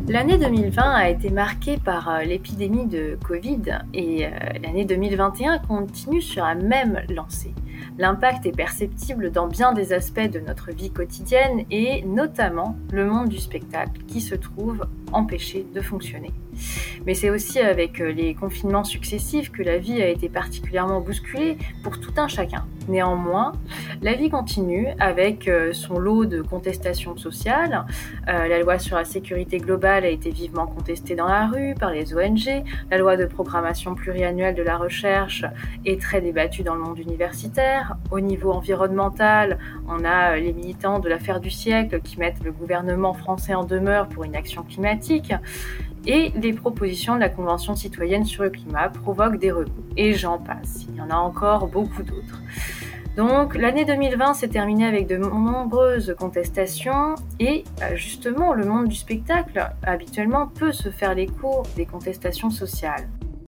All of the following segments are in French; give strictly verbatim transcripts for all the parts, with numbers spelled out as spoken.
L'année deux mille vingt a été marquée par l'épidémie de Covid et l'année deux mille vingt et un continue sur la même lancée. L'impact est perceptible dans bien des aspects de notre vie quotidienne et notamment le monde du spectacle qui se trouve empêché de fonctionner. Mais c'est aussi avec les confinements successifs que la vie a été particulièrement bousculée pour tout un chacun. Néanmoins, la vie continue avec son lot de contestations sociales. Euh, la loi sur la sécurité globale a été vivement contestée dans la rue par les O N G. La loi de programmation pluriannuelle de la recherche est très débattue dans le monde universitaire. Au niveau environnemental, on a les militants de l'affaire du siècle qui mettent le gouvernement français en demeure pour une action climatique. Et les propositions de la Convention citoyenne sur le climat provoquent des remous. Et j'en passe, il y en a encore beaucoup d'autres. Donc l'année deux mille vingt s'est terminée avec de nombreuses contestations et justement le monde du spectacle habituellement peut se faire l'écho des contestations sociales.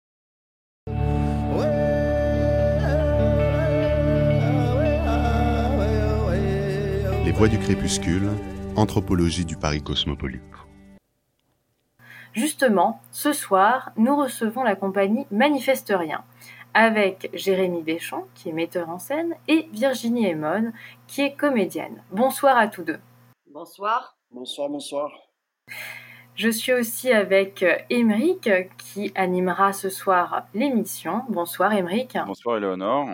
Les Voix du crépuscule, anthropologie du Paris cosmopolite. Justement, ce soir, nous recevons la compagnie Manifeste Rien, avec Jérémy Béchon, qui est metteur en scène, et Virginie Emon, qui est comédienne. Bonsoir à tous deux. Bonsoir. Bonsoir, bonsoir. Je suis aussi avec Émeric, qui animera ce soir l'émission. Bonsoir Émeric. Bonsoir Éléonore.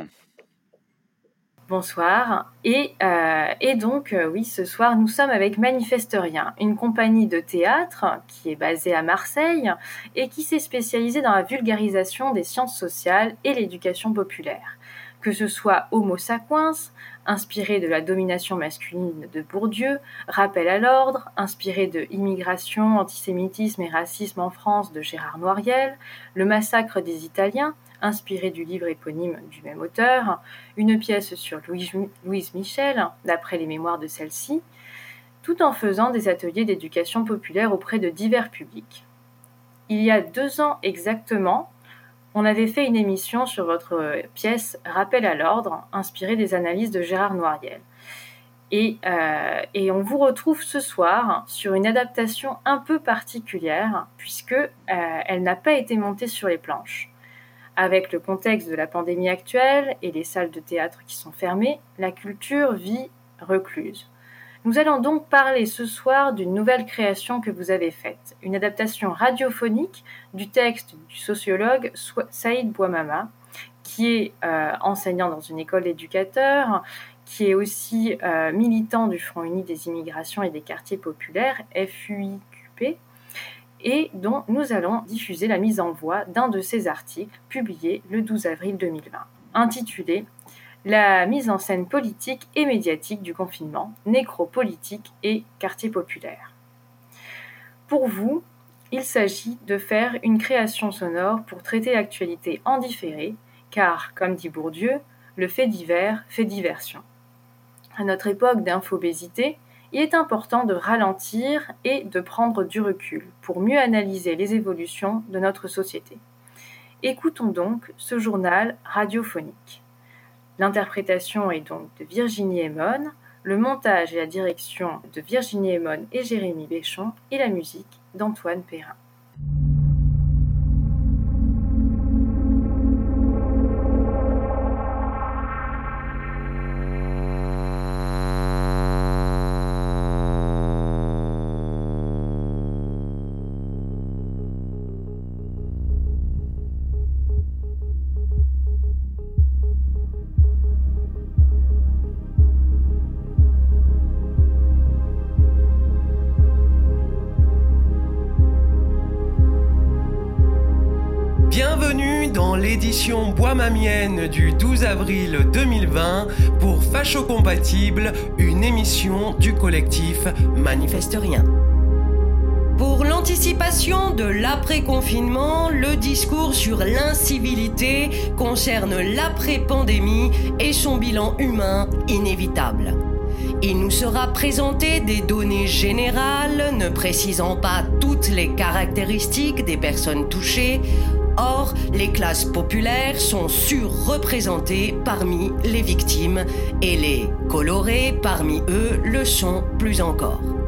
Bonsoir. Et, euh, et donc, euh, oui, ce soir, nous sommes avec Manifeste Rien, une compagnie de théâtre qui est basée à Marseille et qui s'est spécialisée dans la vulgarisation des sciences sociales et l'éducation populaire. Que ce soit Homo sapiens, inspiré de la domination masculine de Bourdieu, Rappel à l'ordre, inspiré de Immigration, antisémitisme et racisme en France de Gérard Noiriel, Le massacre des Italiens, inspiré du livre éponyme du même auteur, une pièce sur Louise Michel, d'après les mémoires de celle-ci, tout en faisant des ateliers d'éducation populaire auprès de divers publics. Il y a deux ans exactement, on avait fait une émission sur votre pièce Rappel à l'ordre, inspirée des analyses de Gérard Noiriel. Et, euh, et on vous retrouve ce soir sur une adaptation un peu particulière, puisque euh, elle n'a pas été montée sur les planches. Avec le contexte de la pandémie actuelle et les salles de théâtre qui sont fermées, la culture vit recluse. Nous allons donc parler ce soir d'une nouvelle création que vous avez faite, une adaptation radiophonique du texte du sociologue Saïd Bouamama, qui est euh, enseignant dans une école d'éducateurs, qui est aussi euh, militant du Front uni des immigrations et des quartiers populaires, F U I Q P, et dont nous allons diffuser la mise en voix d'un de ses articles publié le douze avril deux mille vingt, intitulé « La mise en scène politique et médiatique du confinement, nécropolitique et quartier populaire ». Pour vous, il s'agit de faire une création sonore pour traiter l'actualité en différé, car, comme dit Bourdieu, le fait divers fait diversion. À notre époque d'infobésité, il est important de ralentir et de prendre du recul pour mieux analyser les évolutions de notre société. Écoutons donc ce journal radiophonique. L'interprétation est donc de Virginie Emon, le montage et la direction de Virginie Emon et Jérémy Béchon et la musique d'Antoine Perrin. Bienvenue dans l'édition Bois-Mamienne du douze avril deux mille vingt pour Facho Compatible, une émission du collectif Manifeste Rien. Pour l'anticipation de l'après-confinement, le discours sur l'incivilité concerne l'après-pandémie et son bilan humain inévitable. Il nous sera présenté des données générales ne précisant pas toutes les caractéristiques des personnes touchées. Or, les classes populaires sont surreprésentées parmi les victimes et les colorés parmi eux le sont plus encore.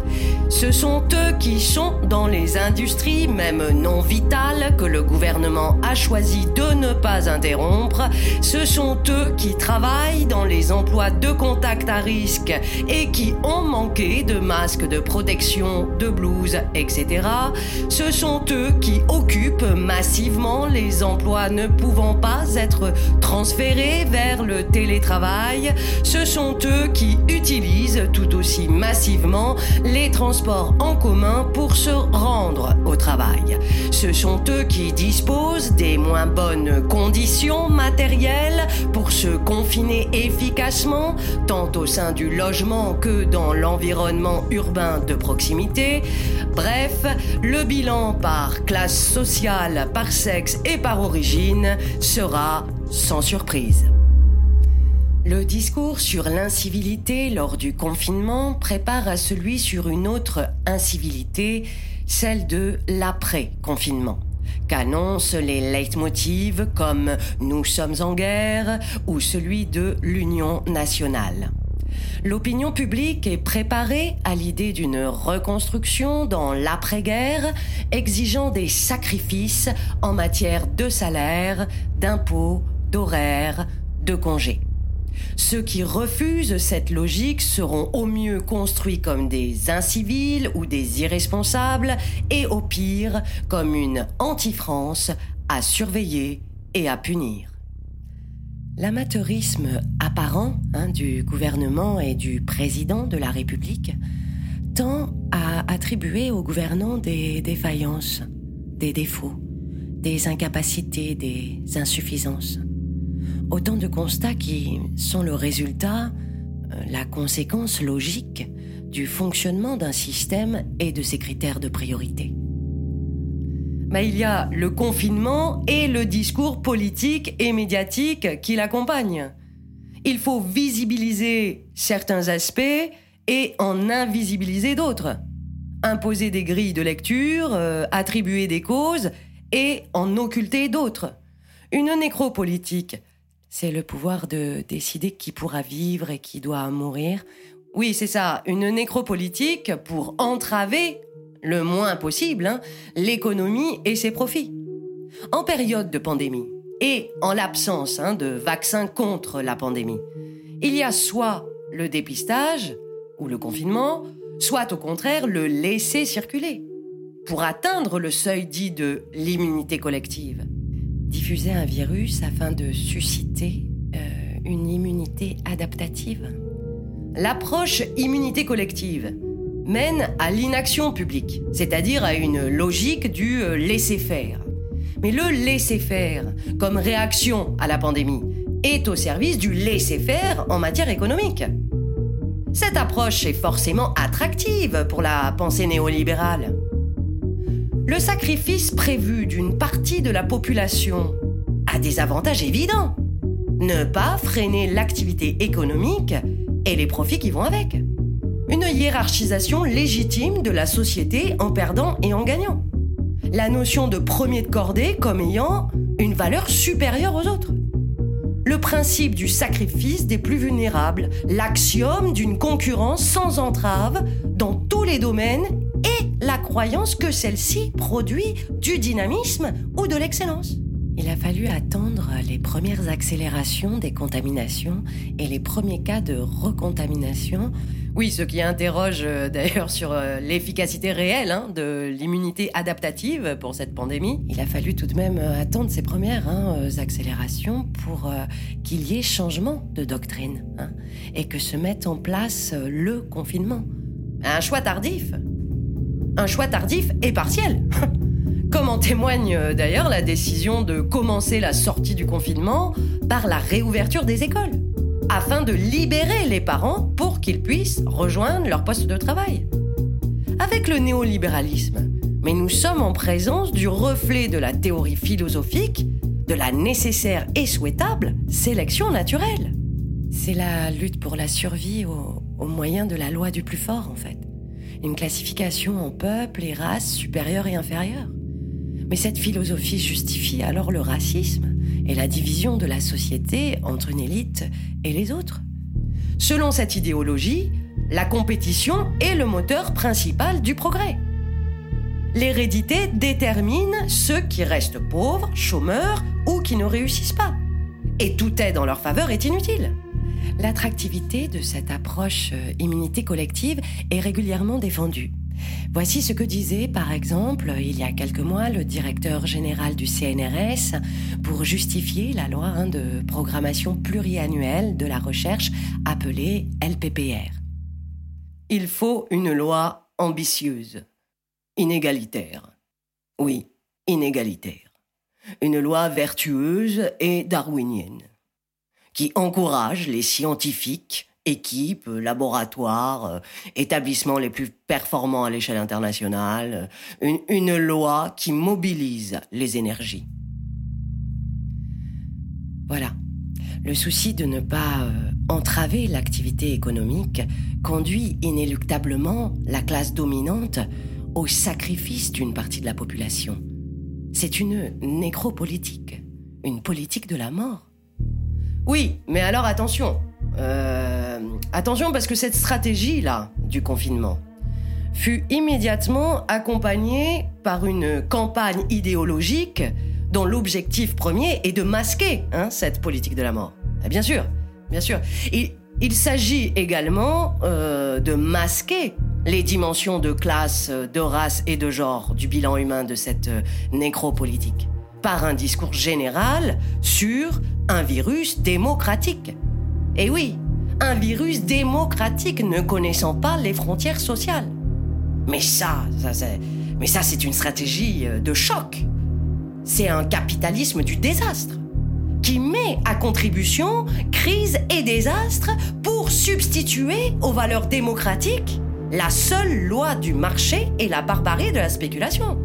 Ce sont eux qui sont dans les industries, même non vitales, que le gouvernement a choisi de ne pas interrompre. Ce sont eux qui travaillent dans les emplois de contact à risque et qui ont manqué de masques de protection, de blouses, et cetera. Ce sont eux qui occupent massivement les emplois ne pouvant pas être transférés vers le télétravail. Ce sont eux qui utilisent tout aussi massivement les transports en commun pour se rendre au travail. Ce sont eux qui disposent des moins bonnes conditions matérielles pour se confiner efficacement, tant au sein du logement que dans l'environnement urbain de proximité. Bref, le bilan par classe sociale, par sexe et par origine sera sans surprise. Le discours sur l'incivilité lors du confinement prépare à celui sur une autre incivilité, celle de l'après-confinement, qu'annoncent les leitmotivs comme « Nous sommes en guerre » ou celui de l'Union nationale. L'opinion publique est préparée à l'idée d'une reconstruction dans l'après-guerre, exigeant des sacrifices en matière de salaire, d'impôts, d'horaires, de congés. Ceux qui refusent cette logique seront au mieux construits comme des incivils ou des irresponsables et au pire comme une anti-France à surveiller et à punir. L'amateurisme apparent hein, du gouvernement et du président de la République tend à attribuer aux gouvernants des défaillances, des défauts, des incapacités, des insuffisances. Autant de constats qui sont le résultat, la conséquence logique du fonctionnement d'un système et de ses critères de priorité. Mais il y a le confinement et le discours politique et médiatique qui l'accompagnent. Il faut visibiliser certains aspects et en invisibiliser d'autres. Imposer des grilles de lecture, euh, attribuer des causes et en occulter d'autres. Une nécropolitique, c'est le pouvoir de décider qui pourra vivre et qui doit mourir. Oui, c'est ça, une nécropolitique pour entraver le moins possible hein, l'économie et ses profits. En période de pandémie et en l'absence hein, de vaccins contre la pandémie, il y a soit le dépistage ou le confinement, soit au contraire le laisser circuler pour atteindre le seuil dit de l'immunité collective. Diffuser un virus afin de susciter euh, une immunité adaptative. L'approche immunité collective mène à l'inaction publique, c'est-à-dire à une logique du euh, laisser-faire. Mais le laisser-faire, comme réaction à la pandémie, est au service du laisser-faire en matière économique. Cette approche est forcément attractive pour la pensée néolibérale. Le sacrifice prévu d'une partie de la population a des avantages évidents. Ne pas freiner l'activité économique et les profits qui vont avec. Une hiérarchisation légitime de la société en perdant et en gagnant. La notion de premier de cordée comme ayant une valeur supérieure aux autres. Le principe du sacrifice des plus vulnérables, l'axiome d'une concurrence sans entrave dans tous les domaines et la croyance que celle-ci produit du dynamisme ou de l'excellence. Il a fallu attendre les premières accélérations des contaminations et les premiers cas de recontamination. Oui, ce qui interroge euh, d'ailleurs sur euh, l'efficacité réelle hein, de l'immunité adaptative pour cette pandémie. Il a fallu tout de même euh, attendre ces premières hein, euh, accélérations pour euh, qu'il y ait changement de doctrine hein, et que se mette en place euh, le confinement. Un choix tardif. Un choix tardif et partiel. Comme en témoigne euh, d'ailleurs la décision de commencer la sortie du confinement par la réouverture des écoles, afin de libérer les parents pour qu'ils puissent rejoindre leur poste de travail. Avec le néolibéralisme, mais nous sommes en présence du reflet de la théorie philosophique de la nécessaire et souhaitable sélection naturelle. C'est la lutte pour la survie au, au moyen de la loi du plus fort, en fait. Une classification en peuples et races supérieures et inférieures. Mais cette philosophie justifie alors le racisme et la division de la société entre une élite et les autres. Selon cette idéologie, la compétition est le moteur principal du progrès. L'hérédité détermine ceux qui restent pauvres, chômeurs ou qui ne réussissent pas. Et tout est dans leur faveur est inutile. L'attractivité de cette approche euh, immunité collective est régulièrement défendue. Voici ce que disait, par exemple, il y a quelques mois, le directeur général du C N R S pour justifier la loi hein, de programmation pluriannuelle de la recherche appelée L P P R. Il faut une loi ambitieuse, inégalitaire. Oui, inégalitaire. Une loi vertueuse et darwinienne, qui encourage les scientifiques, équipes, laboratoires, établissements les plus performants à l'échelle internationale, une, une loi qui mobilise les énergies. Voilà. Le souci de ne pas euh, entraver l'activité économique conduit inéluctablement la classe dominante au sacrifice d'une partie de la population. C'est une nécropolitique, une politique de la mort. Oui, mais alors attention. Euh, attention parce que cette stratégie-là du confinement fut immédiatement accompagnée par une campagne idéologique dont l'objectif premier est de masquer hein, cette politique de la mort. Et bien sûr, bien sûr. Il, il s'agit également euh, de masquer les dimensions de classe, de race et de genre du bilan humain de cette euh, nécropolitique par un discours général sur un virus démocratique. Et oui, un virus démocratique ne connaissant pas les frontières sociales. Mais ça, ça c'est, mais ça, c'est une stratégie de choc. C'est un capitalisme du désastre qui met à contribution crise et désastre pour substituer aux valeurs démocratiques la seule loi du marché et la barbarie de la spéculation.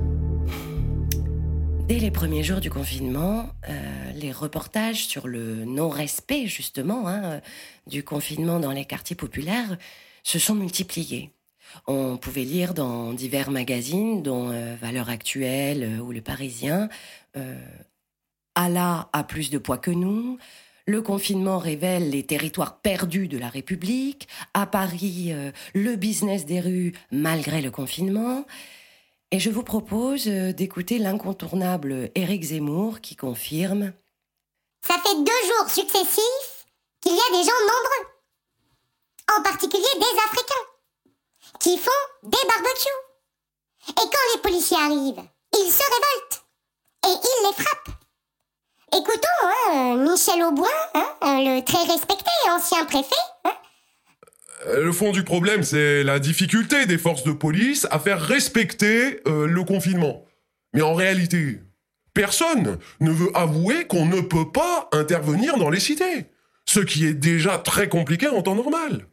Dès les premiers jours du confinement, euh, les reportages sur le non-respect, justement, hein, du confinement dans les quartiers populaires se sont multipliés. On pouvait lire dans divers magazines, dont euh, Valeurs Actuelles euh, ou Le Parisien, euh, « Allah a plus de poids que nous », le confinement révèle les territoires perdus de la République, à Paris, euh, le business des rues malgré le confinement. Et je vous propose d'écouter l'incontournable Éric Zemmour qui confirme « Ça fait deux jours successifs qu'il y a des gens nombreux, en particulier des Africains, qui font des barbecues. Et quand les policiers arrivent, ils se révoltent et ils les frappent. Écoutons hein, Michel Auboin, hein, le très respecté ancien préfet, hein. Le fond du problème, c'est la difficulté des forces de police à faire respecter euh, le confinement. Mais en réalité, personne ne veut avouer qu'on ne peut pas intervenir dans les cités, ce qui est déjà très compliqué en temps normal.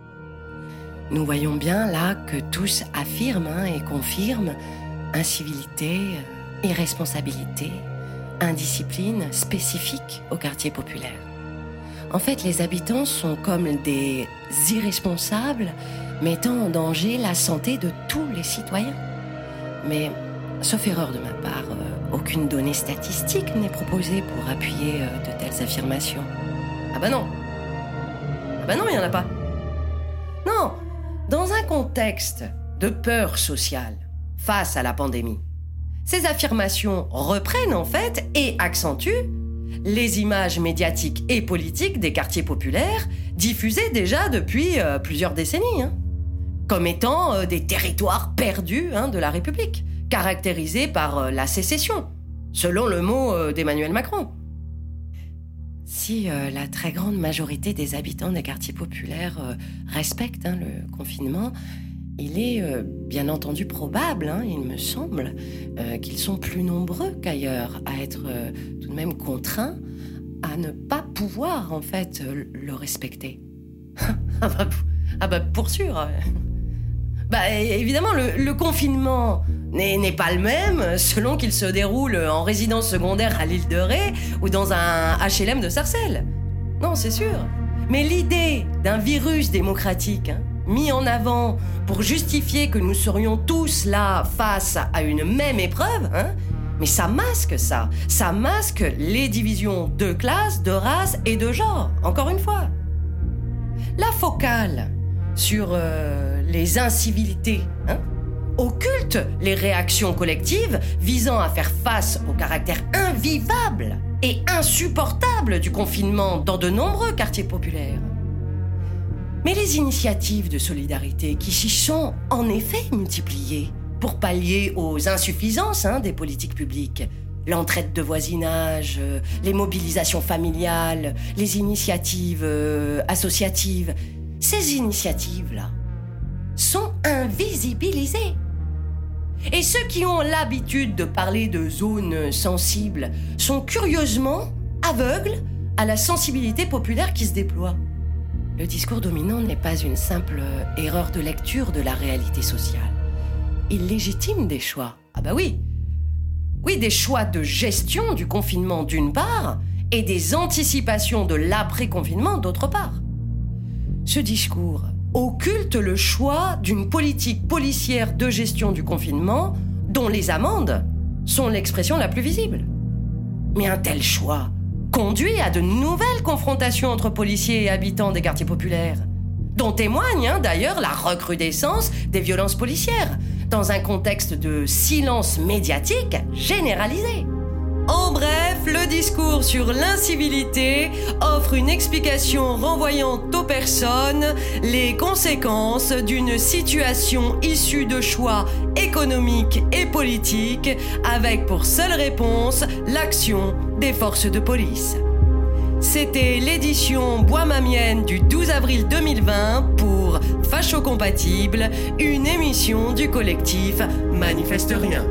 Nous voyons bien là que tous affirment hein, et confirment incivilité, irresponsabilité, indiscipline spécifique aux quartiers populaires. En fait, les habitants sont comme des irresponsables, mettant en danger la santé de tous les citoyens. Mais, sauf erreur de ma part, euh, aucune donnée statistique n'est proposée pour appuyer euh, de telles affirmations. Ah bah non. Ah bah non, il n'y en a pas. Non, dans un contexte de peur sociale face à la pandémie, ces affirmations reprennent en fait et accentuent les images médiatiques et politiques des quartiers populaires diffusées déjà depuis euh, plusieurs décennies, hein, comme étant euh, des territoires perdus hein, de la République, caractérisés par euh, la sécession, selon le mot euh, d'Emmanuel Macron. Si euh, la très grande majorité des habitants des quartiers populaires euh, respectent hein, le confinement, il est euh, bien entendu probable, hein, il me semble, euh, qu'ils sont plus nombreux qu'ailleurs à être euh, tout de même contraints à ne pas pouvoir en fait euh, le respecter. ah, bah, ah bah pour sûr. Bah évidemment le, le confinement n'est, n'est pas le même selon qu'il se déroule en résidence secondaire à l'île de Ré ou dans un H L M de Sarcelles. Non, c'est sûr. Mais l'idée d'un virus démocratique hein, mis en avant pour justifier que nous serions tous là face à une même épreuve, hein, mais ça masque ça. Ça masque les divisions de classe, de race et de genre, encore une fois. La focale sur euh, les incivilités, hein, occulte les réactions collectives visant à faire face au caractère invivable et insupportable du confinement dans de nombreux quartiers populaires. Mais les initiatives de solidarité qui s'y sont en effet multipliées pour pallier aux insuffisances hein, des politiques publiques, l'entraide de voisinage, euh, les mobilisations familiales, les initiatives euh, associatives, ces initiatives-là sont invisibilisées. Et ceux qui ont l'habitude de parler de zones sensibles sont curieusement aveugles à la sensibilité populaire qui se déploie. Le discours dominant n'est pas une simple erreur de lecture de la réalité sociale. Il légitime des choix. Ah bah oui. Oui, des choix de gestion du confinement d'une part et des anticipations de l'après-confinement d'autre part. Ce discours occulte le choix d'une politique policière de gestion du confinement dont les amendes sont l'expression la plus visible. Mais un tel choix conduit à de nouvelles confrontations entre policiers et habitants des quartiers populaires, dont témoigne hein, d'ailleurs la recrudescence des violences policières, dans un contexte de silence médiatique généralisé. En bref, le discours sur l'incivilité offre une explication renvoyant aux personnes les conséquences d'une situation issue de choix économiques et politiques, avec pour seule réponse l'action des forces de police. C'était l'édition Bois ma mienne du douze avril deux mille vingt pour Facho Compatible, une émission du collectif Manifeste Rien.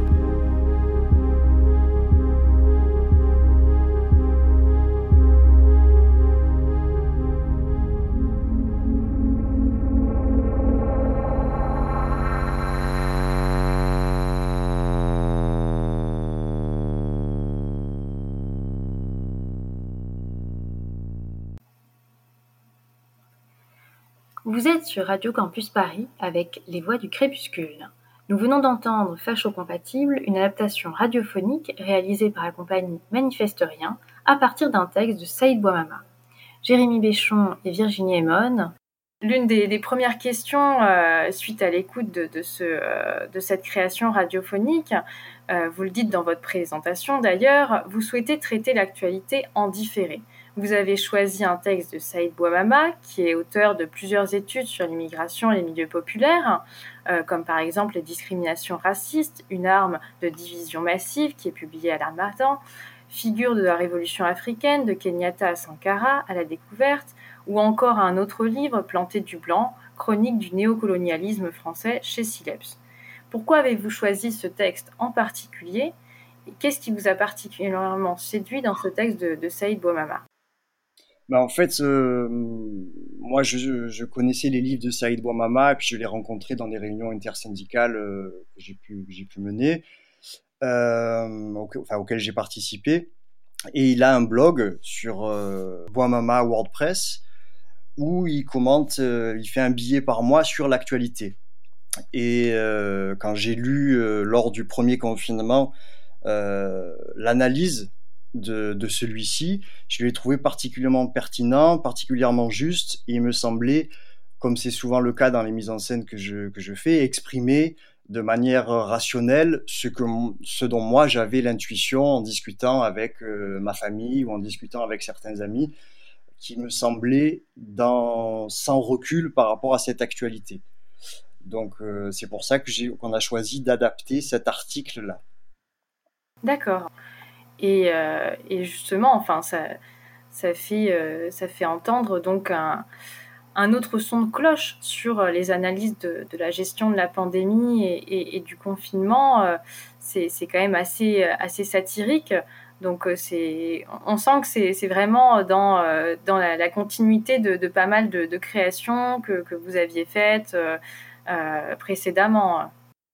Vous êtes sur Radio Campus Paris avec Les Voix du Crépuscule. Nous venons d'entendre Facho Compatible, une adaptation radiophonique réalisée par la compagnie Manifeste Rien à partir d'un texte de Saïd Bouamama. Jérémy Béchon et Virginie Emon. L'une des, des premières questions euh, suite à l'écoute de, de, ce, euh, de cette création radiophonique, euh, vous le dites dans votre présentation d'ailleurs, vous souhaitez traiter l'actualité en différé. Vous avez choisi un texte de Saïd Bouamama, qui est auteur de plusieurs études sur l'immigration et les milieux populaires, euh, comme par exemple les discriminations racistes, une arme de division massive, qui est publiée à l'Harmattan, Figure de la révolution africaine, de Kenyatta à Sankara, à la découverte, ou encore un autre livre, Planté du blanc, chronique du néocolonialisme français chez Sileps. Pourquoi avez-vous choisi ce texte en particulier ? Et qu'est-ce qui vous a particulièrement séduit dans ce texte de, de Saïd Bouamama ? Bah en fait, euh, moi je, je connaissais les livres de Saïd Bouamama et puis je l'ai rencontré dans des réunions intersyndicales euh, que j'ai pu, que j'ai pu mener, euh, auquel, enfin, auxquelles j'ai participé. Et il a un blog sur euh, Bouamama WordPress où il commente, euh, il fait un billet par mois sur l'actualité. Et euh, quand j'ai lu euh, lors du premier confinement euh, l'analyse De, de celui-ci, je l'ai trouvé particulièrement pertinent, particulièrement juste, et il me semblait, comme c'est souvent le cas dans les mises en scène que je, que je fais, exprimer de manière rationnelle ce, que, ce dont moi j'avais l'intuition en discutant avec euh, ma famille ou en discutant avec certains amis, qui me semblait dans, sans recul par rapport à cette actualité. Donc euh, c'est pour ça que j'ai, qu'on a choisi d'adapter cet article-là. D'accord. Et, euh, et justement, enfin, ça, ça, fait, euh, ça fait entendre donc un, un autre son de cloche sur les analyses de, de la gestion de la pandémie et, et, et du confinement. Euh, c'est, c'est quand même assez, assez satirique. Donc, c'est, on sent que c'est, c'est vraiment dans, dans la, la continuité de, de pas mal de, de créations que, que vous aviez faites euh, euh, précédemment.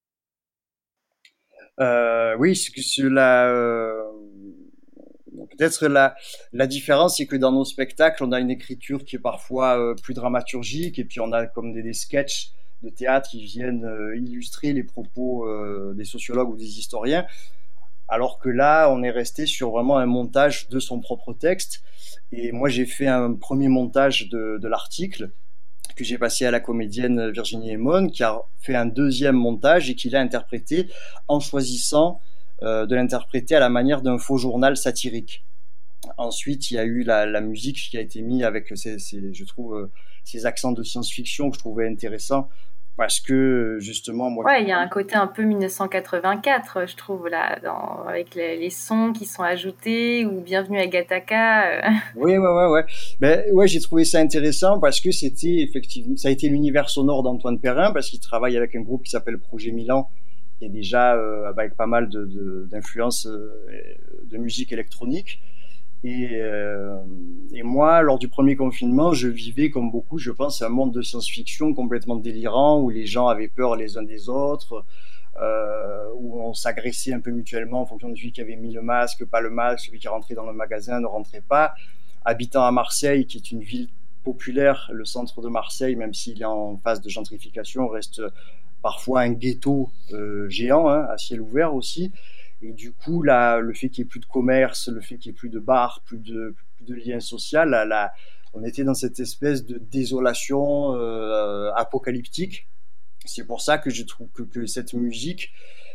Euh, oui, sur la, euh, peut-être la, la différence, c'est que dans nos spectacles, on a une écriture qui est parfois euh, plus dramaturgique, et puis on a comme des, des sketchs de théâtre qui viennent euh, illustrer les propos euh, des sociologues ou des historiens, alors que là, on est resté sur vraiment un montage de son propre texte. Et moi, j'ai fait un premier montage de, de l'article que j'ai passé à la comédienne Virginie Emon, qui a fait un deuxième montage et qui l'a interprété en choisissant euh, de l'interpréter à la manière d'un faux journal satirique. Ensuite, il y a eu la, la musique qui a été mise avec, ces, ces, je trouve, euh, ces accents de science-fiction que je trouvais intéressants. Parce que justement, moi. Ouais, il y a un côté un peu dix-neuf cent quatre-vingt-quatre, je trouve, là, dans, avec les, les sons qui sont ajoutés, ou Bienvenue à Gattaca. Euh. Oui, ouais, ouais, ouais. Ben, ouais, j'ai trouvé ça intéressant parce que c'était effectivement, ça a été l'univers sonore d'Antoine Perrin, parce qu'il travaille avec un groupe qui s'appelle Projet Milan, qui est déjà euh, avec pas mal de, de, d'influences euh, de musique électronique. Et, euh, et moi, lors du premier confinement, je vivais comme beaucoup, je pense, un monde de science-fiction complètement délirant, où les gens avaient peur les uns des autres, euh, où on s'agressait un peu mutuellement en fonction de celui qui avait mis le masque, pas le masque, celui qui rentrait dans le magasin ne rentrait pas. Habitant à Marseille, qui est une ville populaire, le centre de Marseille, même s'il est en phase de gentrification, reste parfois un ghetto euh, géant, hein, à ciel ouvert aussi. Et du coup, là, le fait qu'il n'y ait plus de commerce, le fait qu'il n'y ait plus de bars, plus de, plus de liens sociaux, là, là, on était dans cette espèce de désolation euh, apocalyptique. C'est pour ça que je trouve que, que cette musique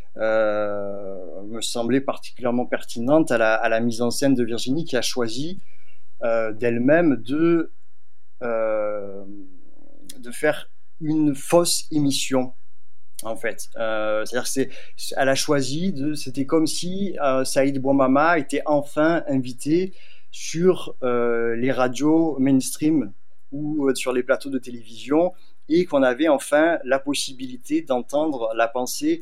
euh, me semblait particulièrement pertinente à la, à la mise en scène de Virginie, qui a choisi euh, d'elle-même de, euh, de faire une fausse émission. En fait, euh, c'est-à-dire que c'est, elle a choisi de, c'était comme si euh, Saïd Bouamama était enfin invité sur euh, les radios mainstream ou euh, sur les plateaux de télévision, et qu'on avait enfin la possibilité d'entendre la pensée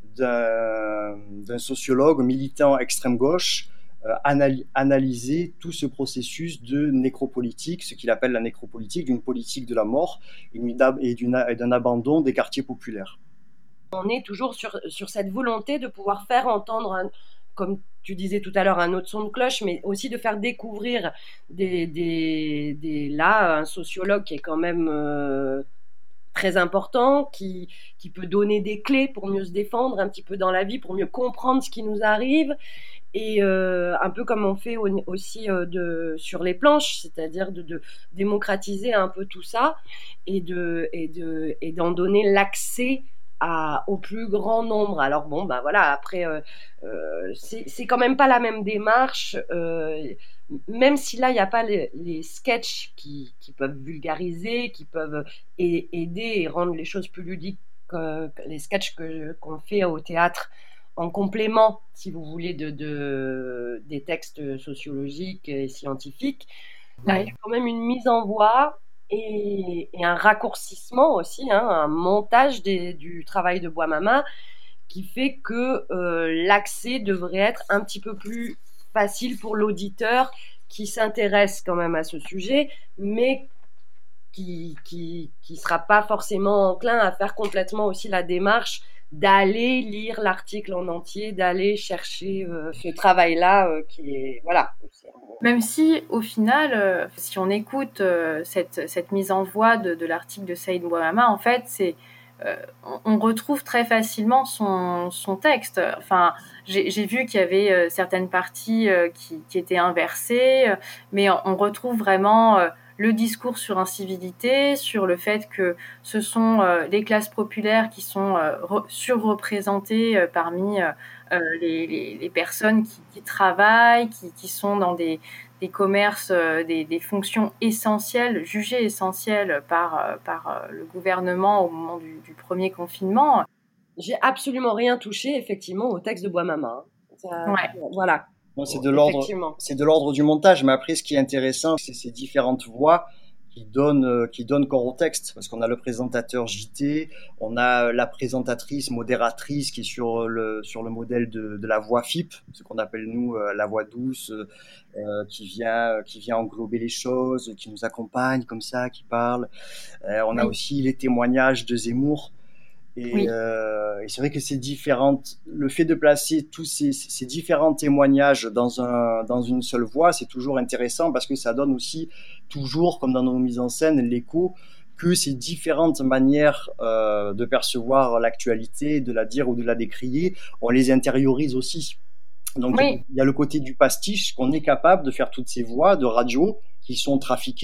d'un, d'un sociologue militant extrême gauche euh, anal- analyser tout ce processus de nécropolitique, ce qu'il appelle la nécropolitique, d'une politique de la mort et, d'une, et, d'une, et d'un abandon des quartiers populaires. On est toujours sur, sur cette volonté de pouvoir faire entendre, un, comme tu disais tout à l'heure, un autre son de cloche, mais aussi de faire découvrir des, des, des, là un sociologue qui est quand même euh, très important, qui, qui peut donner des clés pour mieux se défendre un petit peu dans la vie, pour mieux comprendre ce qui nous arrive. Et euh, un peu comme on fait aussi euh, de, sur les planches, c'est-à-dire de, de démocratiser un peu tout ça et, de, et, de, et d'en donner l'accès À, au plus grand nombre. Alors bon, ben voilà, après, euh, euh, c'est, c'est quand même pas la même démarche, euh, même si là, il n'y a pas les, les sketchs qui, qui peuvent vulgariser, qui peuvent a- aider et rendre les choses plus ludiques que, que les sketchs que, qu'on fait au théâtre, en complément, si vous voulez, de, de, des textes sociologiques et scientifiques. Là, il y a quand même une mise en voie et, et un raccourcissement aussi, hein, un montage des, du travail de Bouamama qui fait que euh, l'accès devrait être un petit peu plus facile pour l'auditeur qui s'intéresse quand même à ce sujet, mais qui qui qui sera pas forcément enclin à faire complètement aussi la démarche d'aller lire l'article en entier, d'aller chercher euh, ce travail-là euh, qui est voilà. Même si au final, euh, si on écoute euh, cette cette mise en voix de, de l'article de Saïd Bouamama, en fait, c'est euh, on, on retrouve très facilement son son texte. Enfin, j'ai, j'ai vu qu'il y avait euh, certaines parties euh, qui qui étaient inversées, euh, mais on, on retrouve vraiment euh, le discours sur incivilité, sur le fait que ce sont euh, les classes populaires qui sont euh, re- surreprésentées euh, parmi euh, euh, les, les, les personnes qui, qui travaillent, qui, qui sont dans des, des commerces, euh, des, des fonctions essentielles, jugées essentielles par, euh, par euh, le gouvernement au moment du, du premier confinement. J'ai absolument rien touché, effectivement, au texte de Bouamama. Ça, ouais. Voilà. Non, c'est de l'ordre, c'est de l'ordre du montage, mais après, ce qui est intéressant, c'est ces différentes voix qui donnent, euh, qui donnent corps au texte, parce qu'on a le présentateur J T, on a la présentatrice, modératrice, qui est sur le, sur le modèle de, de la voix F I P, ce qu'on appelle nous euh, la voix douce, euh, qui vient, qui vient englober les choses, qui nous accompagne comme ça, qui parle. Euh, on a oui. aussi les témoignages de Zemmour. Et, oui. euh, et c'est vrai que c'est différentes. Le fait de placer tous ces, ces différents témoignages dans un dans une seule voix, c'est toujours intéressant parce que ça donne aussi toujours, comme dans nos mises en scène, l'écho que ces différentes manières euh, de percevoir l'actualité, de la dire ou de la décrier, on les intériorise aussi. Donc oui. il y a le côté du pastiche qu'on est capable de faire toutes ces voix de radio qui sont trafiquées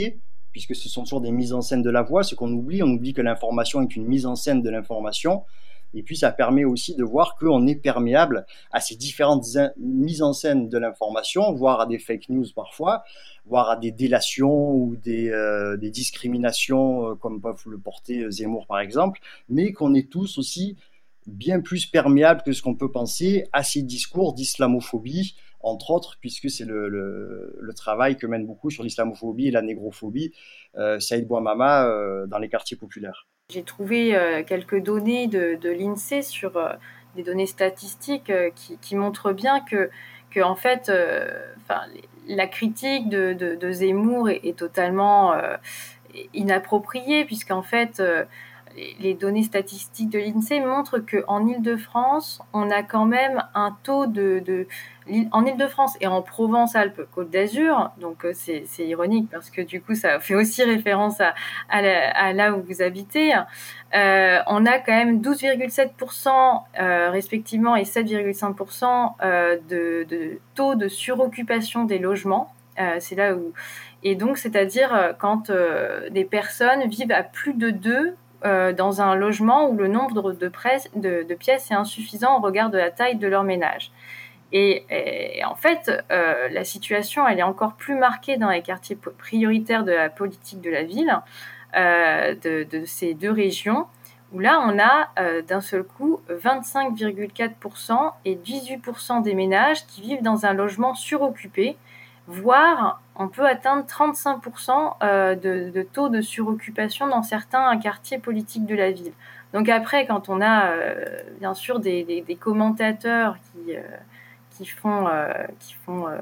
puisque ce sont toujours des mises en scène de la voix. Ce qu'on oublie, on oublie que l'information est une mise en scène de l'information. Et puis, ça permet aussi de voir qu'on est perméable à ces différentes in- mises en scène de l'information, voire à des fake news parfois, voire à des délations ou des, euh, des discriminations, euh, comme peuvent le porter Zemmour, par exemple, mais qu'on est tous aussi bien plus perméables que ce qu'on peut penser à ces discours d'islamophobie, entre autres, puisque c'est le, le, le travail que mène beaucoup sur l'islamophobie et la négrophobie euh, Saïd Bouamama euh, dans les quartiers populaires. J'ai trouvé euh, quelques données de, de l'INSEE sur euh, des données statistiques euh, qui, qui montrent bien que, que en fait, euh, la critique de, de, de Zemmour est, est totalement euh, inappropriée, puisqu'en fait, euh, les, les données statistiques de l'INSEE montrent qu'en Île-de-France, on a quand même un taux de... de en Île-de-France et en Provence-Alpes-Côte d'Azur, donc euh, c'est, c'est ironique parce que du coup ça fait aussi référence à, à, la, à là où vous habitez, euh, on a quand même douze virgule sept pour cent euh, respectivement et sept virgule cinq pour cent euh, de, de taux de suroccupation des logements. Euh, c'est là où... Et donc c'est-à-dire quand euh, des personnes vivent à plus de deux euh, dans un logement où le nombre de, presse, de, de pièces est insuffisant au regard de la taille de leur ménage. Et, et en fait, euh, la situation, elle est encore plus marquée dans les quartiers prioritaires de la politique de la ville, euh, de, de ces deux régions, où là, on a euh, d'un seul coup vingt-cinq virgule quatre pour cent et dix-huit pour cent des ménages qui vivent dans un logement suroccupé, voire on peut atteindre trente-cinq pour cent euh, de, de taux de suroccupation dans certains quartiers politiques de la ville. Donc après, quand on a euh, bien sûr des, des, des commentateurs qui... Euh, qui font, euh, qui font, euh,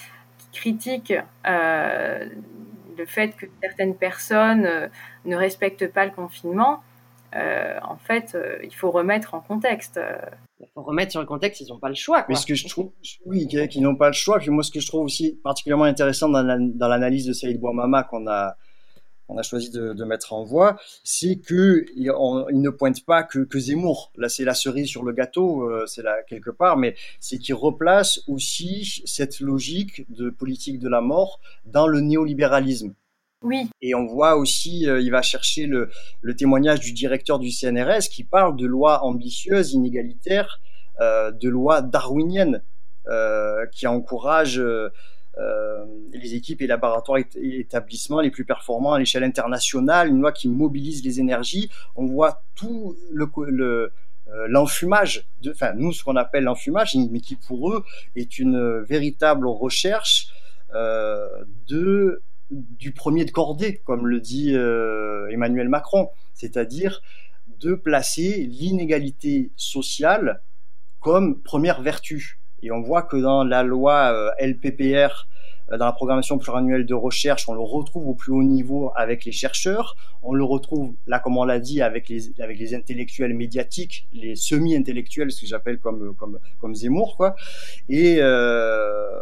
qui critiquent euh, le fait que certaines personnes euh, ne respectent pas le confinement. Euh, en fait, euh, il faut remettre en contexte. Il faut remettre sur le contexte, ils n'ont pas le choix, quoi. Mais ce que je trouve, oui, qu'ils n'ont pas le choix. Puis moi, ce que je trouve aussi particulièrement intéressant dans, la, dans l'analyse de Saïd Bouamama qu'on a on a choisi de, de mettre en voie, c'est que il, on, il ne pointe pas que, que Zemmour. Là, c'est la cerise sur le gâteau, euh, c'est là quelque part, mais c'est qu'il replace aussi cette logique de politique de la mort dans le néolibéralisme. Oui. Et on voit aussi, euh, il va chercher le, le témoignage du directeur du C N R S qui parle de lois ambitieuses, inégalitaires, euh, de lois darwiniennes euh, qui encouragent euh, Euh, les équipes et laboratoires et établissements les plus performants à l'échelle internationale, une loi qui mobilise les énergies. On voit tout le, le, euh, l'enfumage, de, enfin nous ce qu'on appelle l'enfumage, mais qui pour eux est une véritable recherche euh, de, du premier de cordée, comme le dit euh, Emmanuel Macron, c'est-à-dire de placer l'inégalité sociale comme première vertu. Et on voit que dans la loi euh, L P P R, euh, dans la programmation pluriannuelle de recherche, on le retrouve au plus haut niveau avec les chercheurs, on le retrouve, là comme on l'a dit, avec les, avec les intellectuels médiatiques, les semi-intellectuels, ce que j'appelle comme, comme, comme Zemmour, quoi. Et, euh,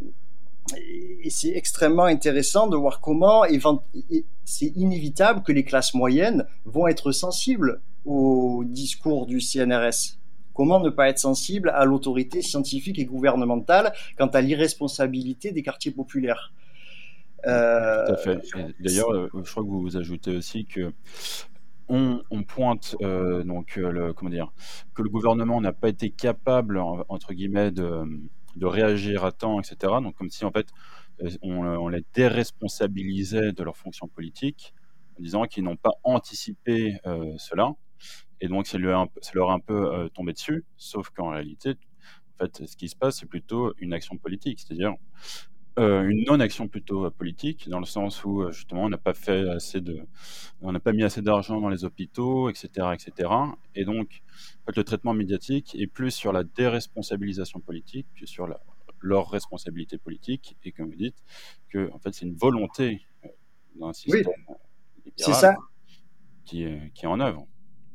et c'est extrêmement intéressant de voir comment c'est inévitable que les classes moyennes vont être sensibles au discours du C N R S. Comment ne pas être sensible à l'autorité scientifique et gouvernementale quant à l'irresponsabilité des quartiers populaires. Euh, Tout à fait. Et d'ailleurs, je crois que vous, vous ajoutez aussi que on, on pointe euh, donc le, comment dire, que le gouvernement n'a pas été capable entre guillemets de, de réagir à temps, et cetera. Donc comme si en fait on, on les déresponsabilisait de leur fonction politique en disant qu'ils n'ont pas anticipé euh, cela. Et donc, ça leur, ça leur a un peu euh, tombé dessus, sauf qu'en réalité, en fait, ce qui se passe, c'est plutôt une action politique, c'est-à-dire euh, une non-action plutôt politique, dans le sens où justement, on n'a pas fait assez de, on n'a pas mis assez d'argent dans les hôpitaux, et cetera, et cetera. Et donc, en fait, le traitement médiatique est plus sur la déresponsabilisation politique que sur la, leur responsabilité politique. Et comme vous dites, que en fait, c'est une volonté d'un système oui, libéral c'est ça. Qui, est, qui est en œuvre.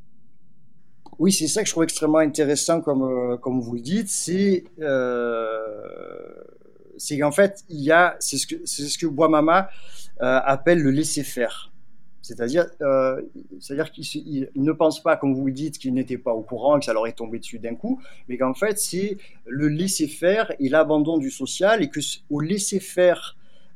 Oui, c'est ça que je trouve extrêmement intéressant, comme, euh, comme vous le dites, c'est, euh, c'est qu'en fait, il y a, c'est ce que, c'est ce que Bouamama euh, appelle le laisser-faire. C'est-à-dire, euh, c'est-à-dire qu'il il, il ne pense pas, comme vous le dites, qu'il n'était pas au courant, que ça leur est tombé dessus d'un coup, mais qu'en fait, c'est le laisser-faire et l'abandon du social, et que au laisser-faire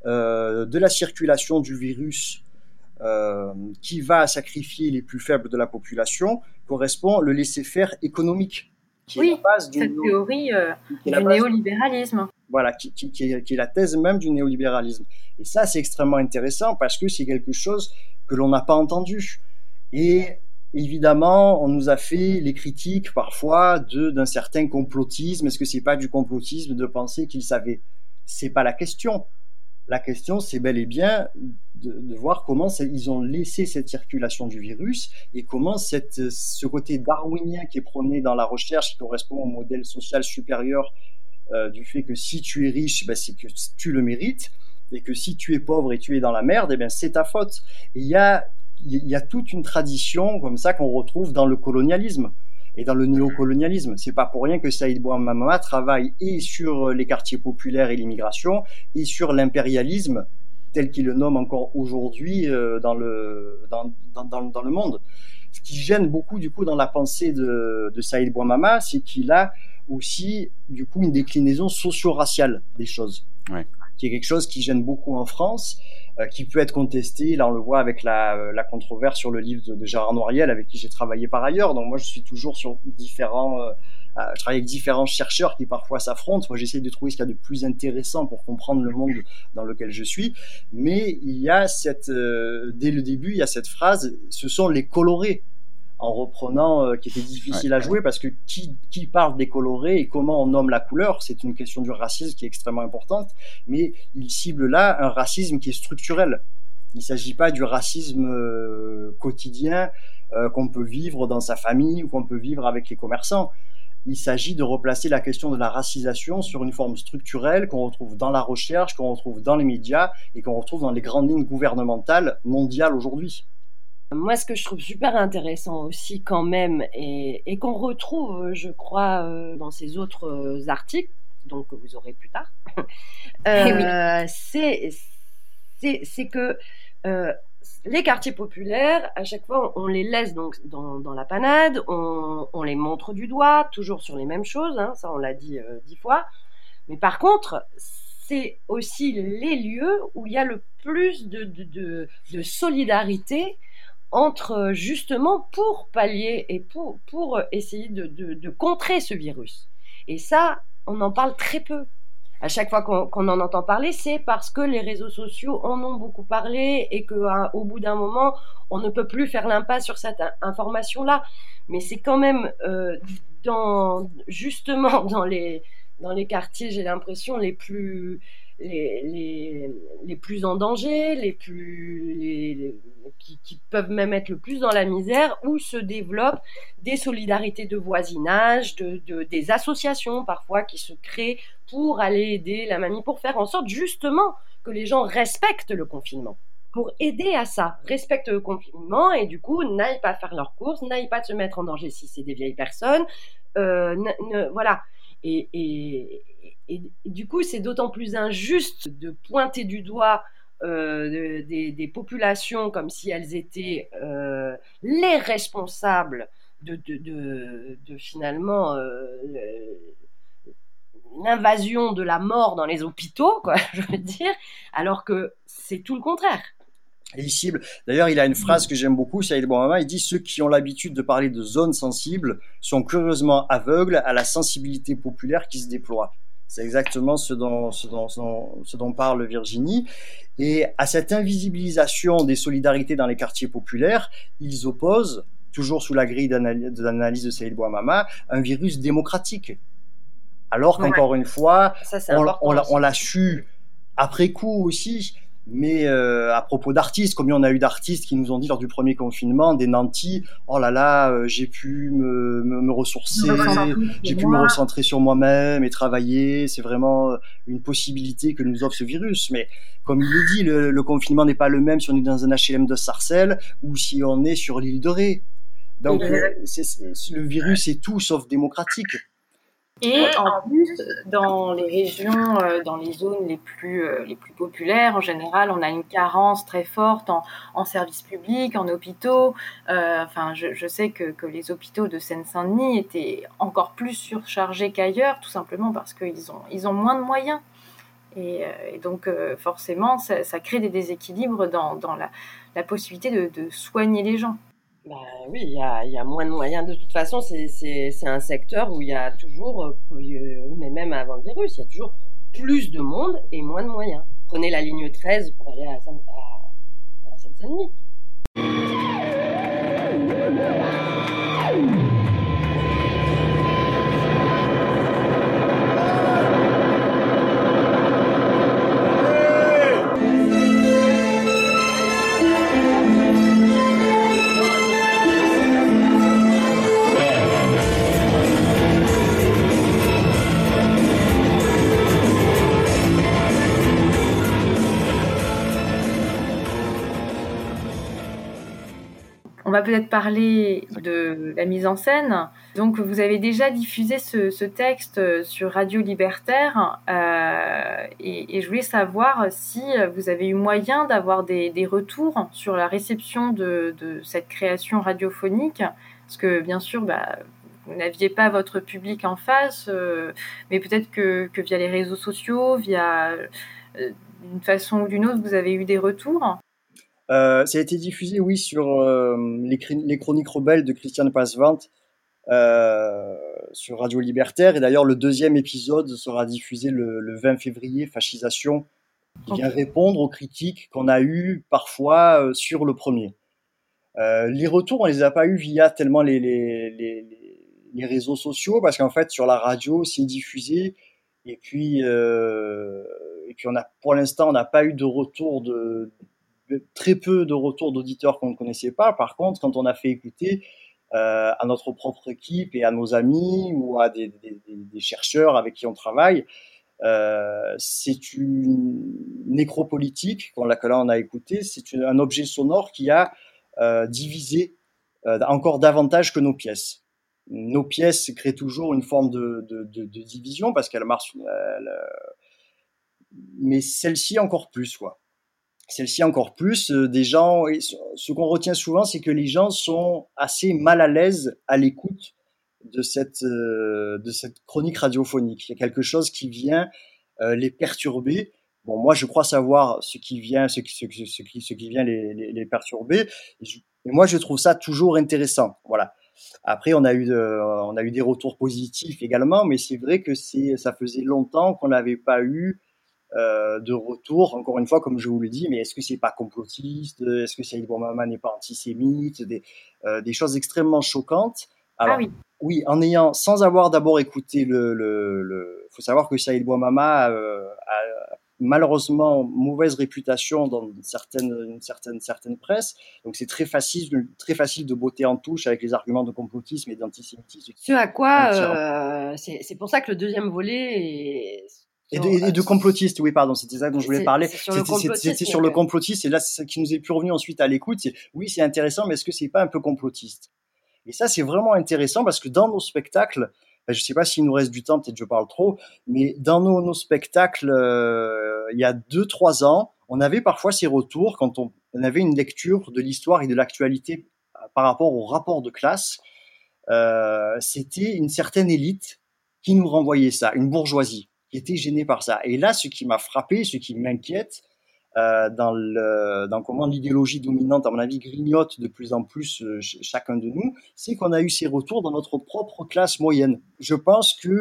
euh, de la circulation du virus euh, qui va sacrifier les plus faibles de la population correspond le laisser-faire économique, qui oui, est la base du cette néo- théorie euh, qui est du la base- néolibéralisme. Voilà, qui, qui, qui, est, qui est la thèse même du néolibéralisme. Et ça, c'est extrêmement intéressant parce que c'est quelque chose que l'on n'a pas entendu. Et évidemment, on nous a fait les critiques parfois de, d'un certain complotisme. Est-ce que c'est pas du complotisme de penser qu'ils savaient? C'est pas la question. La question, c'est bel et bien de, de voir comment ils ont laissé cette circulation du virus et comment cette, ce côté darwinien qui est prôné dans la recherche, qui correspond au modèle social supérieur euh, du fait que si tu es riche, ben, c'est que tu le mérites, et que si tu es pauvre et tu es dans la merde, eh bien, c'est ta faute. Et il y a, il y a toute une tradition comme ça qu'on retrouve dans le colonialisme et dans le néocolonialisme. C'est pas pour rien que Saïd Bouamama travaille et sur les quartiers populaires et l'immigration et sur l'impérialisme tel qu'il le nomme encore aujourd'hui euh, dans, le, dans, dans, dans, dans le monde. Ce qui gêne beaucoup du coup dans la pensée de, de Saïd Bouamama, c'est qu'il a aussi du coup une déclinaison socio-raciale des choses. Ouais. Qui est quelque chose qui gêne beaucoup en France, euh, qui peut être contesté. Là, on le voit avec la, la controverse sur le livre de, de Gérard Noiriel, avec qui j'ai travaillé par ailleurs. Donc moi, je suis toujours sur différents... Euh, euh, je travaille avec différents chercheurs qui parfois s'affrontent. Moi, j'essaie de trouver ce qu'il y a de plus intéressant pour comprendre le monde dans lequel je suis. Mais il y a cette... Euh, dès le début, il y a cette phrase, ce sont les colorés, en reprenant, euh, qui était difficile ouais. à jouer, parce que qui, qui parle des colorés et comment on nomme la couleur, c'est une question du racisme qui est extrêmement importante, mais il cible là un racisme qui est structurel. Il ne s'agit pas du racisme euh, quotidien euh, qu'on peut vivre dans sa famille ou qu'on peut vivre avec les commerçants. Il s'agit de replacer la question de la racisation sur une forme structurelle qu'on retrouve dans la recherche, qu'on retrouve dans les médias et qu'on retrouve dans les grandes lignes gouvernementales mondiales aujourd'hui. Moi, ce que je trouve super intéressant aussi quand même, et, et qu'on retrouve, je crois, euh, dans ces autres euh, articles, donc que vous aurez plus tard, euh, oui. c'est, c'est, c'est que euh, les quartiers populaires, à chaque fois, on les laisse donc dans, dans la panade, on, on les montre du doigt, toujours sur les mêmes choses, hein, ça on l'a dit euh, dix fois, mais par contre, c'est aussi les lieux où il y a le plus de, de, de, de solidarité entre justement pour pallier et pour, pour essayer de, de, de contrer ce virus. Et ça, on en parle très peu. À chaque fois qu'on, qu'on en entend parler, c'est parce que les réseaux sociaux en ont beaucoup parlé et qu'au bout d'un moment, on ne peut plus faire l'impasse sur cette information-là. Mais c'est quand même euh, dans, justement dans les, dans les quartiers, j'ai l'impression, les plus... Les, les, les plus en danger, les plus, les, les, qui, qui peuvent même être le plus dans la misère, où se développent des solidarités de voisinage, de, de, des associations parfois qui se créent pour aller aider la mamie, pour faire en sorte justement que les gens respectent le confinement. Pour aider à ça, respectent le confinement et du coup n'aillent pas faire leurs courses, n'aillent pas se mettre en danger si c'est des vieilles personnes, euh, ne, ne, voilà. Et, et, et, et du coup, c'est d'autant plus injuste de pointer du doigt euh, de, des, des populations comme si elles étaient euh, les responsables de, de, de, de finalement euh, l'invasion de la mort dans les hôpitaux, quoi, je veux dire, alors que c'est tout le contraire. Et il cible. D'ailleurs, il a une phrase que j'aime beaucoup, Saïd Bouamama, il dit « Ceux qui ont l'habitude de parler de zones sensibles sont curieusement aveugles à la sensibilité populaire qui se déploie. » C'est exactement ce dont, ce, dont, ce dont parle Virginie. Et à cette invisibilisation des solidarités dans les quartiers populaires, ils opposent, toujours sous la grille d'analyse de, l'analyse de Saïd Bouamama, un virus démocratique. Alors qu'encore ouais. une fois, Ça, on, on, on l'a su après coup aussi. Mais euh, à propos d'artistes, combien on a eu d'artistes qui nous ont dit lors du premier confinement, des nantis, oh là là, euh, j'ai pu me, me, me ressourcer, j'ai pu me recentrer sur moi-même et travailler, c'est vraiment une possibilité que nous offre ce virus. Mais comme il le dit, le, le confinement n'est pas le même si on est dans un H L M de Sarcelles ou si on est sur l'île de Ré. Donc euh, c'est, c'est, le virus est tout sauf démocratique. Et en plus, dans les régions, euh, dans les zones les plus, euh, les plus populaires, en général, on a une carence très forte en, en services publics, en hôpitaux. Euh, enfin, je, je sais que, que les hôpitaux de Seine-Saint-Denis étaient encore plus surchargés qu'ailleurs, tout simplement parce qu'ils ont, ils ont moins de moyens. Et, et donc, euh, forcément, ça, ça crée des déséquilibres dans, dans la, la possibilité de, de soigner les gens. Bah oui, il y a, y a moins de moyens. De toute façon, c'est, c'est, c'est un secteur où il y a toujours, mais même avant le virus, il y a toujours plus de monde et moins de moyens. Prenez la ligne treize pour aller à, Saint- à, à Seine-Saint-Denis. On va peut-être parler de la mise en scène. Donc, vous avez déjà diffusé ce, ce texte sur Radio Libertaire euh, et, et je voulais savoir si vous avez eu moyen d'avoir des, des retours sur la réception de, de cette création radiophonique. Parce que, bien sûr, bah, vous n'aviez pas votre public en face, euh, mais peut-être que, que via les réseaux sociaux, via euh, d'une façon ou d'une autre, vous avez eu des retours. Euh, ça a été diffusé, oui, sur euh, les, les Chroniques rebelles de Christiane Passevant euh, sur Radio Libertaire. Et d'ailleurs, le deuxième épisode sera diffusé le, le vingt février, Fascisation, qui vient répondre aux critiques qu'on a eues parfois euh, sur le premier. Euh, les retours, on les a pas eus via tellement les, les, les, les réseaux sociaux, parce qu'en fait, sur la radio, c'est diffusé. Et puis, euh, et puis on a, pour l'instant, on n'a pas eu de retour de... très peu de retours d'auditeurs qu'on ne connaissait pas. Par contre, quand on a fait écouter euh, à notre propre équipe et à nos amis ou à des, des, des chercheurs avec qui on travaille, euh, c'est une nécropolitique qu'on, que là on a écouté, c'est une, un objet sonore qui a euh, divisé euh, encore davantage que nos pièces. Nos pièces créent toujours une forme de, de, de, de division parce qu'elles marchent, elles, mais celle-ci encore plus, quoi. Celle-ci encore plus, euh, des gens, et ce qu'on retient souvent, c'est que les gens sont assez mal à l'aise à l'écoute de cette, euh, de cette chronique radiophonique. Il y a quelque chose qui vient euh, les perturber. Bon, moi, je crois savoir ce qui vient, ce qui, ce, qui, ce qui, ce qui vient les, les, les perturber. Et, je, et moi, je trouve ça toujours intéressant. Voilà. Après, on a eu, de, on a eu des retours positifs également, mais c'est vrai que c'est, ça faisait longtemps qu'on n'avait pas eu Euh, de retour, encore une fois, comme je vous le dis, mais est-ce que c'est pas complotiste? Est-ce que Saïd Bouamama n'est pas antisémite? Des, euh, des choses extrêmement choquantes. Alors, ah oui. oui, en ayant, sans avoir d'abord écouté le, le, le faut savoir que Saïd Bouamama euh, a malheureusement mauvaise réputation dans certaines, une certaine, certaine presse, donc c'est très facile, très facile de botter en touche avec les arguments de complotisme et d'antisémitisme. Ce à quoi, euh, c'est, c'est pour ça que le deuxième volet est Et de, et de complotiste, oui, pardon, c'était ça dont je voulais c'est, parler. C'est sur c'était, le complotisme, c'était sur le complotisme, et là, c'est ce qui nous est plus revenu ensuite à l'écoute, c'est, oui, c'est intéressant, mais est-ce que c'est pas un peu complotiste? Et ça, c'est vraiment intéressant parce que dans nos spectacles, ben, je sais pas s'il nous reste du temps, peut-être je parle trop, mais dans nos, nos spectacles, euh, il y a deux, trois ans, on avait parfois ces retours quand on, on avait une lecture de l'histoire et de l'actualité par rapport au rapport de classe. Euh, c'était une certaine élite qui nous renvoyait ça, une bourgeoisie qui était gênée par ça. Et là, ce qui m'a frappé, ce qui m'inquiète, euh, dans, le, dans comment l'idéologie dominante, à mon avis, grignote de plus en plus euh, ch- chacun de nous, c'est qu'on a eu ces retours dans notre propre classe moyenne. Je pense que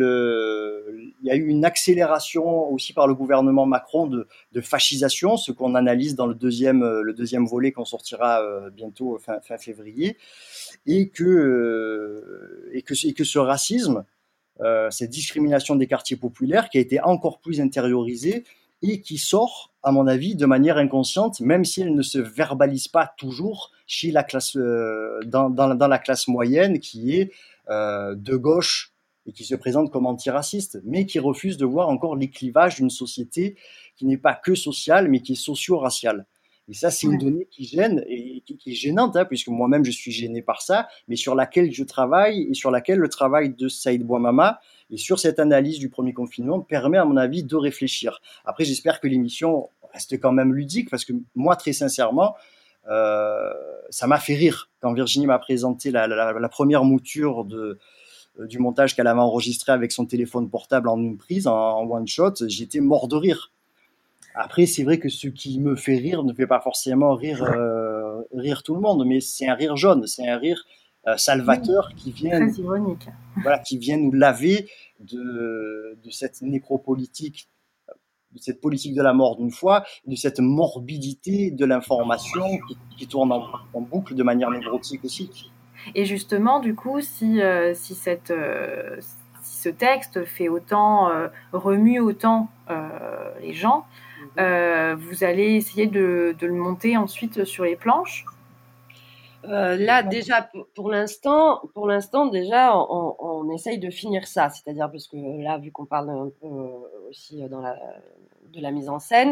le, il y a eu une accélération aussi par le gouvernement Macron de, de fascisation, ce qu'on analyse dans le deuxième, le deuxième volet qu'on sortira euh, bientôt fin, fin février, et que, euh, et que, et que ce racisme, Euh, cette discrimination des quartiers populaires qui a été encore plus intériorisée et qui sort, à mon avis, de manière inconsciente, même si elle ne se verbalise pas toujours chez la classe, euh, dans, dans, dans la classe moyenne qui est euh, de gauche et qui se présente comme antiraciste, mais qui refuse de voir encore les clivages d'une société qui n'est pas que sociale, mais qui est socio-raciale. Et ça, c'est une donnée qui gêne et qui, qui est gênante, hein, puisque moi-même, je suis gêné par ça, mais sur laquelle je travaille et sur laquelle le travail de Saïd Bouamama et sur cette analyse du premier confinement permet, à mon avis, de réfléchir. Après, j'espère que l'émission reste quand même ludique, parce que moi, très sincèrement, euh, ça m'a fait rire quand Virginie m'a présenté la, la, la première mouture de, euh, du montage qu'elle avait enregistré avec son téléphone portable en une prise, en, en one shot, j'étais mort de rire. Après, c'est vrai que ce qui me fait rire ne fait pas forcément rire, euh, rire tout le monde, mais c'est un rire jaune, c'est un rire euh, salvateur qui vient, Très ironique. voilà, qui vient nous laver de, de cette nécropolitique, de cette politique de la mort d'une fois, de cette morbidité de l'information qui, qui tourne en, en boucle de manière névrotique aussi. Et justement, du coup, si, euh, si, cette, euh, si ce texte fait autant, euh, remue autant euh, les gens, euh, vous allez essayer de, de le monter ensuite sur les planches ? Euh, là, déjà, pour l'instant, pour l'instant, déjà, on, on essaye de finir ça. C'est-à-dire, parce que là, vu qu'on parle un peu aussi dans la, de la mise en scène,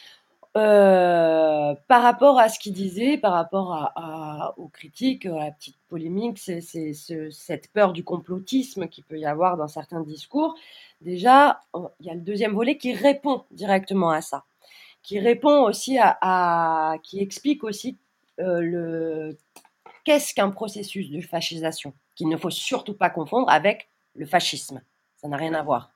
euh, par rapport à ce qu'il disait, par rapport à, à, aux critiques, à la petite polémique, c'est, c'est ce, cette peur du complotisme qu'il peut y avoir dans certains discours. Déjà, il y a le deuxième volet qui répond directement à ça, qui répond aussi à, à qui explique aussi euh, le qu'est-ce qu'un processus de fascisation, qu'il ne faut surtout pas confondre avec le fascisme. Ça n'a rien à voir.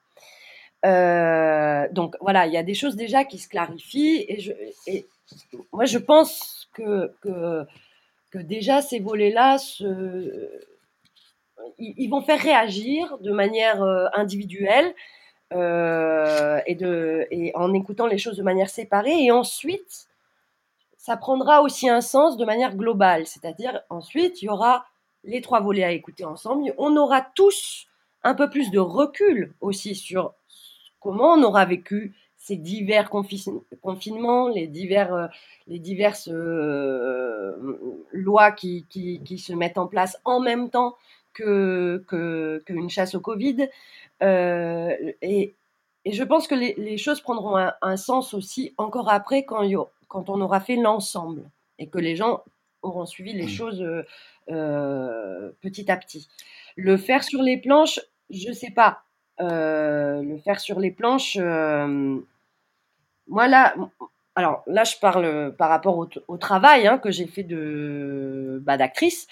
Euh, donc voilà, il y a des choses déjà qui se clarifient et, je, et moi je pense que, que, que déjà ces volets-là, se, ils, ils vont faire réagir de manière euh, individuelle euh, et, de, et en écoutant les choses de manière séparée, et ensuite ça prendra aussi un sens de manière globale, c'est-à-dire ensuite il y aura les trois volets à écouter ensemble, on aura tous un peu plus de recul aussi sur comment on aura vécu ces divers confi- confinements, les, divers, euh, les diverses euh, lois qui, qui, qui se mettent en place en même temps que, que, qu'une chasse au Covid. Euh, et, et je pense que les, les choses prendront un, un sens aussi encore après quand, y a, quand on aura fait l'ensemble et que les gens auront suivi les choses euh, euh, petit à petit. Le faire sur les planches, je ne sais pas. Euh, le faire sur les planches, euh, moi là, alors là je parle par rapport au, au travail hein, que j'ai fait de bah, d'actrice.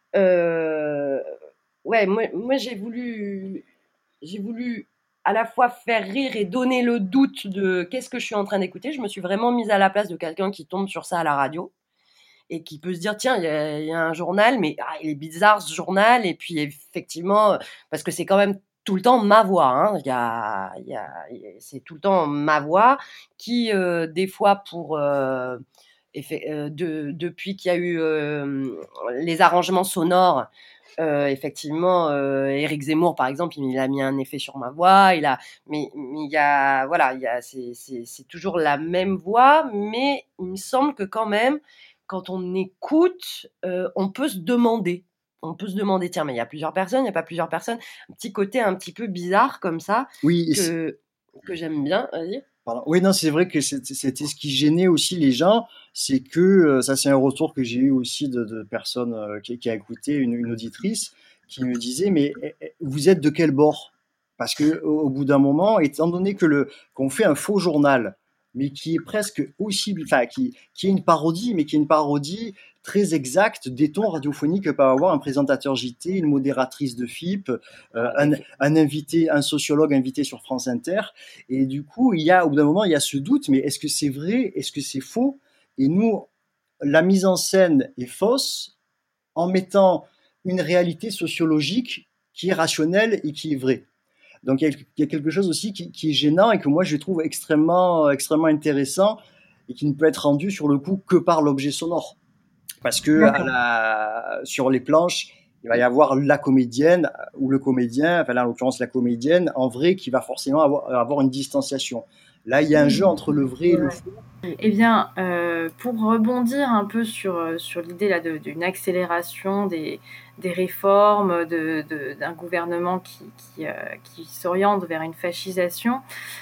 Euh, ouais, moi, moi j'ai voulu, j'ai voulu à la fois faire rire et donner le doute de qu'est-ce que je suis en train d'écouter. Je me suis vraiment mise à la place de quelqu'un qui tombe sur ça à la radio et qui peut se dire tiens il y, y a un journal mais ah, il est bizarre ce journal, et puis effectivement parce que c'est quand même tout le temps ma voix, hein. Il y a, il y a, c'est tout le temps ma voix qui, euh, des fois, pour euh, effet, euh, de, depuis qu'il y a eu euh, les arrangements sonores, euh, effectivement, euh, Éric Zemmour, par exemple, il a mis un effet sur ma voix. Il a, mais, mais il y a, voilà, il y a, c'est, c'est, c'est toujours la même voix, mais il me semble que quand même, quand on écoute, euh, on peut se demander. On peut se demander, tiens, mais il y a plusieurs personnes, il n'y a pas plusieurs personnes. Un petit côté un petit peu bizarre comme ça, oui, que, que j'aime bien. Vas-y. Pardon. Oui, non, c'est vrai que c'était ce qui gênait aussi les gens, c'est que, ça c'est un retour que j'ai eu aussi de, de personnes euh, qui, qui a écouté, une, une auditrice, qui me disait, mais vous êtes de quel bord ? Parce que au, au bout d'un moment, étant donné que le, qu'on fait un faux journal, mais qui est presque aussi, enfin, qui, qui est une parodie, mais qui est une parodie très exacte des tons radiophoniques que peut avoir un présentateur J T, une modératrice de F I P, euh, un, un invité, un sociologue invité sur France Inter. Et du coup, il y a, au bout d'un moment, il y a ce doute, mais est-ce que c'est vrai? Est-ce que c'est faux? Et nous, la mise en scène est fausse en mettant une réalité sociologique qui est rationnelle et qui est vraie. Donc, il y a quelque chose aussi qui, qui est gênant et que moi, je trouve extrêmement, extrêmement intéressant et qui ne peut être rendu sur le coup que par l'objet sonore. Parce que à la, sur les planches, il va y avoir la comédienne ou le comédien, enfin là, en l'occurrence la comédienne, en vrai, qui va forcément avoir, avoir une distanciation. Là, il y a un jeu entre le vrai et le faux. Eh bien, euh, pour rebondir un peu sur, sur l'idée là, de, d'une accélération des, des réformes, de, de, d'un gouvernement qui, qui, euh, qui s'oriente vers une fascisation,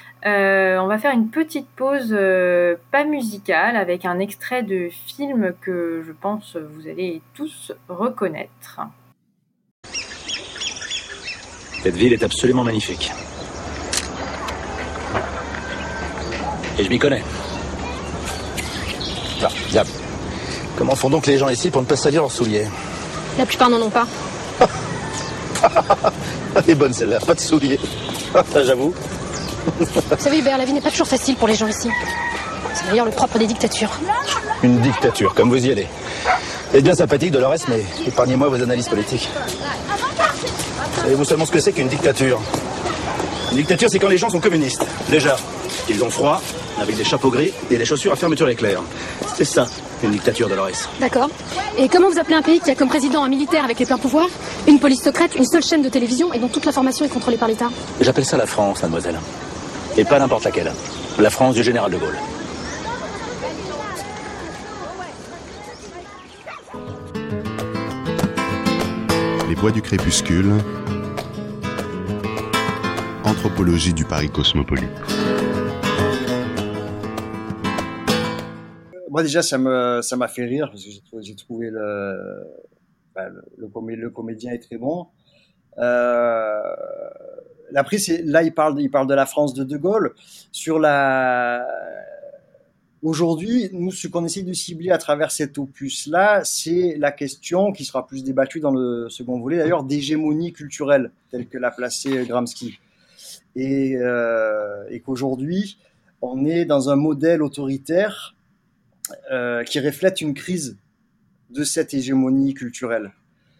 Euh, on va faire une petite pause euh, pas musicale avec un extrait de film que je pense vous allez tous reconnaître. Cette ville est absolument magnifique. Et je m'y connais. Ah, diable. Comment font donc les gens ici pour ne pas salir leurs souliers? La plupart n'en ont pas. Elle est bonne celle-là, pas de souliers. Ça, j'avoue. Vous savez, Hubert, la vie n'est pas toujours facile pour les gens ici. C'est d'ailleurs le propre des dictatures. Une dictature, comme vous y allez. C'est bien sympathique, Dolores, mais épargnez-moi vos analyses politiques. Savez-vous seulement ce que c'est qu'une dictature? Une dictature, c'est quand les gens sont communistes. Déjà, ils ont froid, avec des chapeaux gris et des chaussures à fermeture éclair. C'est ça, une dictature, Dolores. D'accord. Et comment vous appelez un pays qui a comme président un militaire avec les pleins pouvoirs, une police secrète, une seule chaîne de télévision et dont toute l'information est contrôlée par l'État? J'appelle ça la France, mademoiselle. Et pas n'importe laquelle. La France du général de Gaulle. Les voix du crépuscule. Anthropologie du Paris cosmopolite. Moi déjà ça me ça m'a fait rire parce que j'ai trouvé, j'ai trouvé le, bah, le, le, comé, le comédien est très bon. Euh, après c'est là il parle il parle de la France de De Gaulle sur la aujourd'hui nous ce qu'on essaie de cibler à travers cet opus là c'est la question qui sera plus débattue dans le second volet d'ailleurs d'hégémonie culturelle telle que l'a placé Gramsci et euh, et qu'aujourd'hui on est dans un modèle autoritaire Euh, qui reflète une crise de cette hégémonie culturelle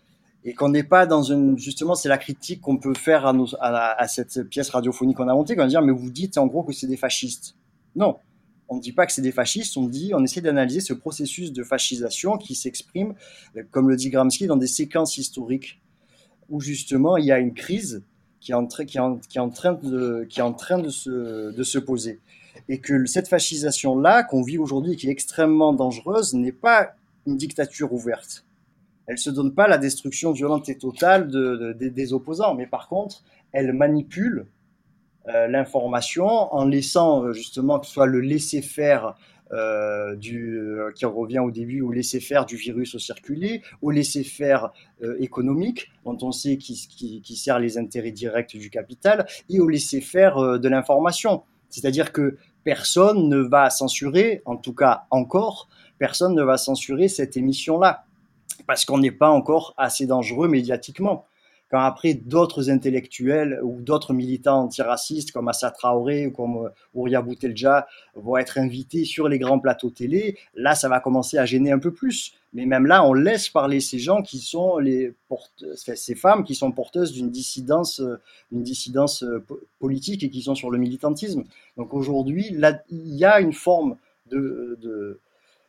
et qu'on n'est pas dans une justement c'est la critique qu'on peut faire à, nos, à, à cette pièce radiophonique qu'on a montée qu'on va dire mais vous dites en gros que c'est des fascistes. Non, on ne dit pas que c'est des fascistes, on dit on essaie d'analyser ce processus de fascisation qui s'exprime comme le dit Gramsci dans des séquences historiques où justement il y a une crise qui est en, tra- qui est en, qui est en train de qui est en train de se de se poser. Et que cette fascisation-là, qu'on vit aujourd'hui, qui est extrêmement dangereuse, n'est pas une dictature ouverte. Elle se donne pas la destruction violente et totale de, de, de, des opposants, mais par contre, elle manipule euh, l'information en laissant justement que ce soit le laisser-faire euh, du, euh, qui revient au début, au laisser-faire du virus au circuler, au laisser-faire euh, économique, dont on sait qui, qui, qui sert les intérêts directs du capital, et au laisser-faire euh, de l'information. C'est-à-dire que personne ne va censurer, en tout cas encore, personne ne va censurer cette émission-là, parce qu'on n'est pas encore assez dangereux médiatiquement. Quand après d'autres intellectuels ou d'autres militants antiracistes comme Assa Traoré ou comme Ouria Boutelja vont être invités sur les grands plateaux télé, là ça va commencer à gêner un peu plus. Mais même là, on laisse parler ces gens qui sont les porte... ces femmes qui sont porteuses d'une dissidence, d'une dissidence politique et qui sont sur le militantisme. Donc aujourd'hui, là, il y a une forme de, de,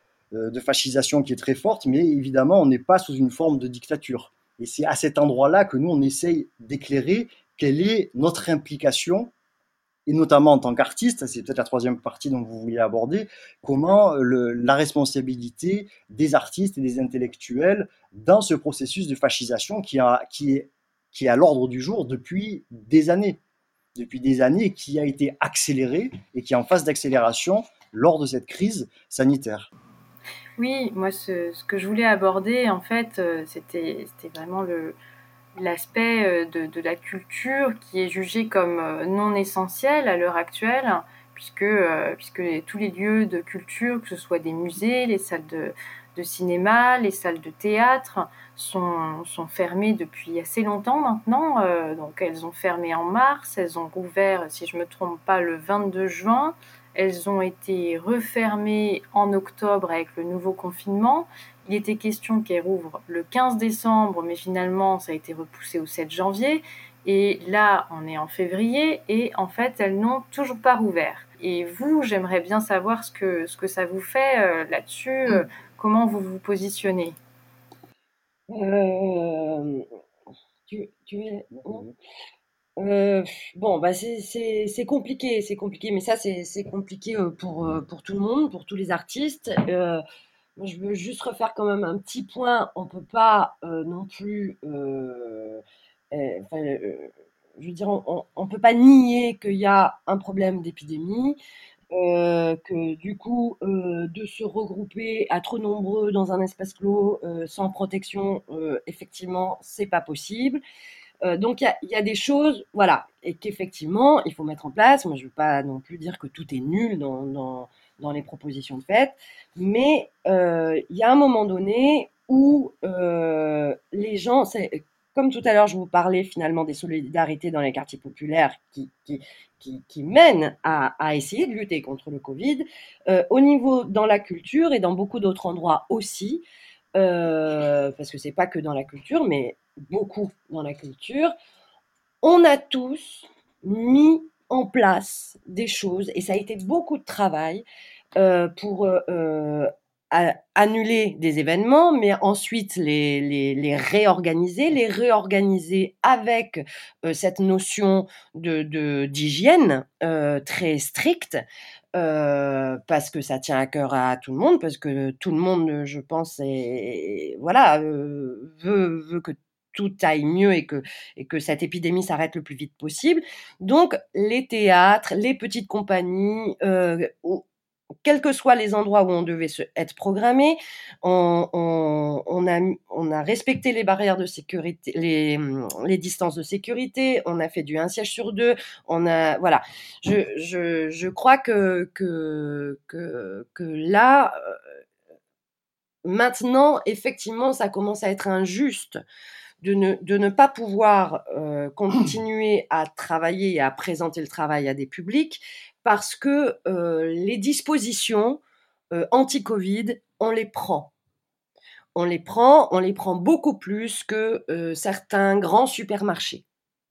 de fascisation qui est très forte, mais évidemment, on n'est pas sous une forme de dictature. Et c'est à cet endroit-là que nous, on essaye d'éclairer quelle est notre implication, et notamment en tant qu'artiste, c'est peut-être la troisième partie dont vous vouliez aborder, comment le, la responsabilité des artistes et des intellectuels dans ce processus de fascisation qui, a, qui, est, qui est à l'ordre du jour depuis des années, depuis des années et qui a été accéléré et qui est en phase d'accélération lors de cette crise sanitaire. Oui, moi, ce, ce que je voulais aborder, en fait, euh, c'était, c'était vraiment le, l'aspect de, de la culture qui est jugé comme non essentiel à l'heure actuelle, puisque, euh, puisque les, tous les lieux de culture, que ce soit des musées, les salles de, de cinéma, les salles de théâtre, sont, sont fermées depuis assez longtemps maintenant. Euh, donc, elles ont fermé en mars, elles ont rouvert, si je ne me trompe pas, le vingt-deux juin. Elles ont été refermées en octobre avec le nouveau confinement. Il était question qu'elles rouvrent le quinze décembre, mais finalement, ça a été repoussé au sept janvier. Et là, on est en février et en fait, elles n'ont toujours pas rouvert. Et vous, j'aimerais bien savoir ce que, ce que ça vous fait euh, là-dessus, euh, comment vous vous positionnez. Euh, tu, tu es... non Euh, bon, bah c'est, c'est, c'est compliqué, c'est compliqué, mais ça c'est, c'est compliqué pour, pour tout le monde, pour tous les artistes. Euh, moi, je veux juste refaire quand même un petit point. On peut pas euh, non plus, euh, euh, enfin, euh, je veux dire, on, on peut pas nier qu'il y a un problème d'épidémie, euh, que du coup, euh, de se regrouper à trop nombreux dans un espace clos euh, sans protection, euh, effectivement, c'est pas possible. Euh, donc il y a, y a des choses, voilà, et qu'effectivement il faut mettre en place. Moi je ne veux pas non plus dire que tout est nul dans, dans, dans les propositions de fait, mais il euh, y a un moment donné où euh, les gens, c'est, comme tout à l'heure, je vous parlais finalement des solidarités dans les quartiers populaires qui, qui, qui, qui mènent à, à essayer de lutter contre le Covid, euh, au niveau dans la culture et dans beaucoup d'autres endroits aussi, euh, parce que c'est pas que dans la culture, mais beaucoup dans la culture, on a tous mis en place des choses, et ça a été beaucoup de travail euh, pour euh, à annuler des événements, mais ensuite les, les, les réorganiser, les réorganiser avec euh, cette notion de, de, d'hygiène euh, très stricte, euh, parce que ça tient à cœur à tout le monde, parce que tout le monde, je pense, est, voilà, euh, veut, veut que tout aille mieux et que, et que cette épidémie s'arrête le plus vite possible. Donc, les théâtres, les petites compagnies, euh, quels que soient les endroits où on devait se, être programmé, on, on, on, a, on a respecté les barrières de sécurité, les, les distances de sécurité, on a fait du un siège sur deux, on a, voilà. Je, je, je crois que, que, que, que là, euh, maintenant, effectivement, ça commence à être injuste de ne, de ne pas pouvoir euh, continuer à travailler et à présenter le travail à des publics parce que euh, les dispositions euh, anti-Covid, on les prend. On les prend, on les prend beaucoup plus que euh, certains grands supermarchés,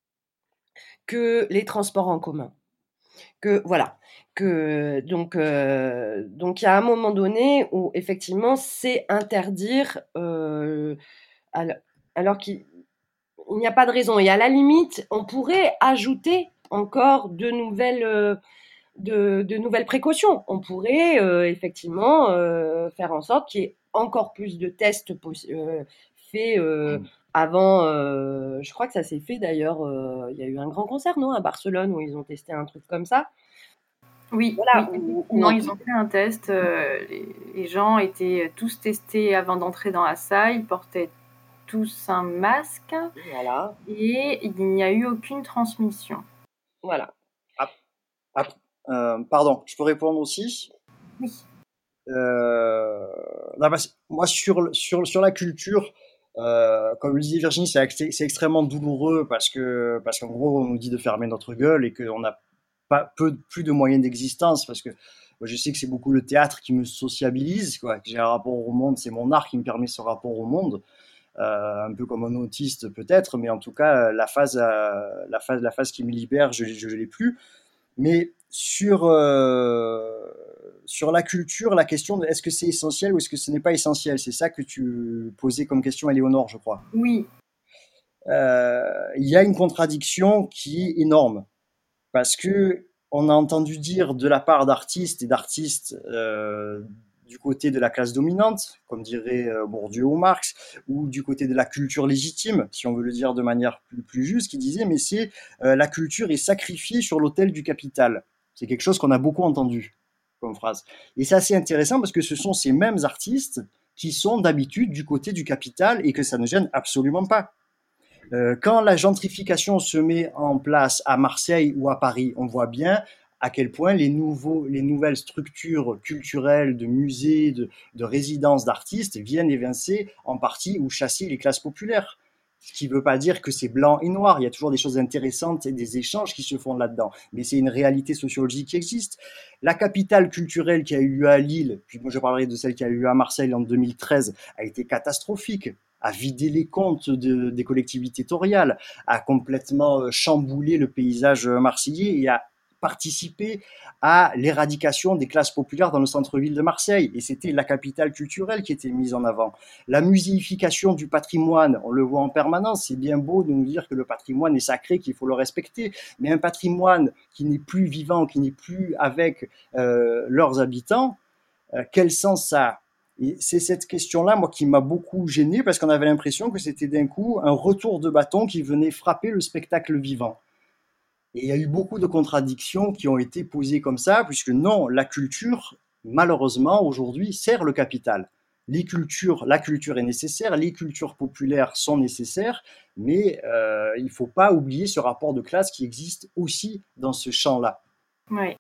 que les transports en commun. Que voilà, que donc euh, donc il y a un moment donné où effectivement c'est interdire euh, alors, alors qu'il il n'y a pas de raison. Et à la limite, on pourrait ajouter encore de nouvelles, euh, de, de nouvelles précautions. On pourrait euh, effectivement euh, faire en sorte qu'il y ait encore plus de tests poss- euh, faits euh, avant. Euh, je crois que ça s'est fait d'ailleurs. euh, Il y a eu un grand concert, non, à Barcelone, où ils ont testé un truc comme ça. Oui, Voilà, oui, où- où effectivement, on- ils ont fait un test. euh, les, les gens étaient tous testés avant d'entrer dans la salle. Ils portaient tous un masque Voilà. et il n'y a eu aucune transmission. Voilà. Ah, ah, euh, pardon, je peux répondre aussi? Oui. Euh, non, parce que moi, sur, sur, sur la culture, euh, comme le disait Virginie, c'est, ex- c'est extrêmement douloureux parce que, parce qu'en gros, on nous dit de fermer notre gueule et qu'on n'a pas peu, plus de moyens d'existence parce que moi, je sais que c'est beaucoup le théâtre qui me sociabilise, quoi, que j'ai un rapport au monde, c'est mon art qui me permet ce rapport au monde. Euh, un peu comme un autiste peut-être, mais en tout cas, la phase, euh, la phase, la phase qui me libère, je ne l'ai plus. Mais sur, euh, sur la culture, la question de est-ce que c'est essentiel ou est-ce que ce n'est pas essentiel, c'est ça que tu posais comme question, Éléonore, je crois. Oui. Euh, il y a une contradiction qui est énorme parce que on a entendu dire de la part d'artistes et d'artistes euh, du côté de la classe dominante, comme dirait euh, Bourdieu ou Marx, ou du côté de la culture légitime, si on veut le dire de manière plus, plus juste, qui disait mais c'est euh, la culture est sacrifiée sur l'autel du capital. C'est quelque chose qu'on a beaucoup entendu comme phrase. Et c'est assez intéressant parce que ce sont ces mêmes artistes qui sont d'habitude du côté du capital et que ça ne gêne absolument pas. Euh, quand la gentrification se met en place à Marseille ou à Paris, on voit bien à quel point les, nouveaux, les nouvelles structures culturelles de musées, de, de résidences d'artistes viennent évincer en partie ou chasser les classes populaires. Ce qui ne veut pas dire que c'est blanc et noir. Il y a toujours des choses intéressantes et des échanges qui se font là-dedans. Mais c'est une réalité sociologique qui existe. La capitale culturelle qui a eu lieu à Lille, puis moi je parlerai de celle qui a eu lieu à Marseille en deux mille treize, a été catastrophique, a vidé les comptes de, des collectivités territoriales, a complètement chamboulé le paysage marseillais et a participé à l'éradication des classes populaires dans le centre-ville de Marseille. Et c'était la capitale culturelle qui était mise en avant. La muséification du patrimoine, on le voit en permanence, c'est bien beau de nous dire que le patrimoine est sacré, qu'il faut le respecter, mais un patrimoine qui n'est plus vivant, qui n'est plus avec euh, leurs habitants, euh, quel sens ça a ? Et c'est cette question-là, moi, qui m'a beaucoup gêné parce qu'on avait l'impression que c'était d'un coup un retour de bâton qui venait frapper le spectacle vivant. Et il y a eu beaucoup de contradictions qui ont été posées comme ça, puisque non, la culture, malheureusement, aujourd'hui, sert le capital. Les cultures, la culture est nécessaire, les cultures populaires sont nécessaires, mais euh, il ne faut pas oublier ce rapport de classe qui existe aussi dans ce champ-là. Oui.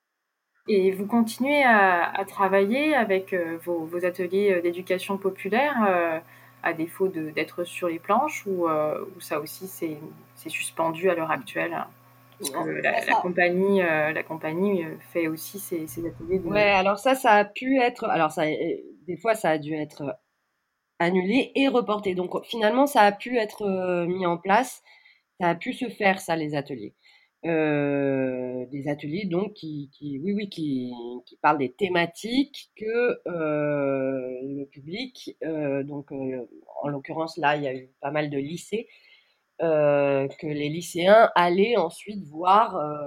Et vous continuez à, à travailler avec euh, vos, vos ateliers d'éducation populaire euh, à défaut de, d'être sur les planches, ou, euh, ou ça aussi c'est, c'est suspendu à l'heure actuelle? Parce que la, la compagnie, euh, la compagnie fait aussi ses, ses ateliers de... Ouais, alors ça, ça a pu être... Alors, ça, des fois, ça a dû être annulé et reporté. Donc, finalement, ça a pu être euh, mis en place. Ça a pu se faire, ça, les ateliers. Euh, des ateliers, donc, qui, qui oui, oui, qui, qui parlent des thématiques que euh, le public, euh, donc, euh, en l'occurrence, là, il y a eu pas mal de lycées, euh, que les lycéens allaient ensuite voir... Euh,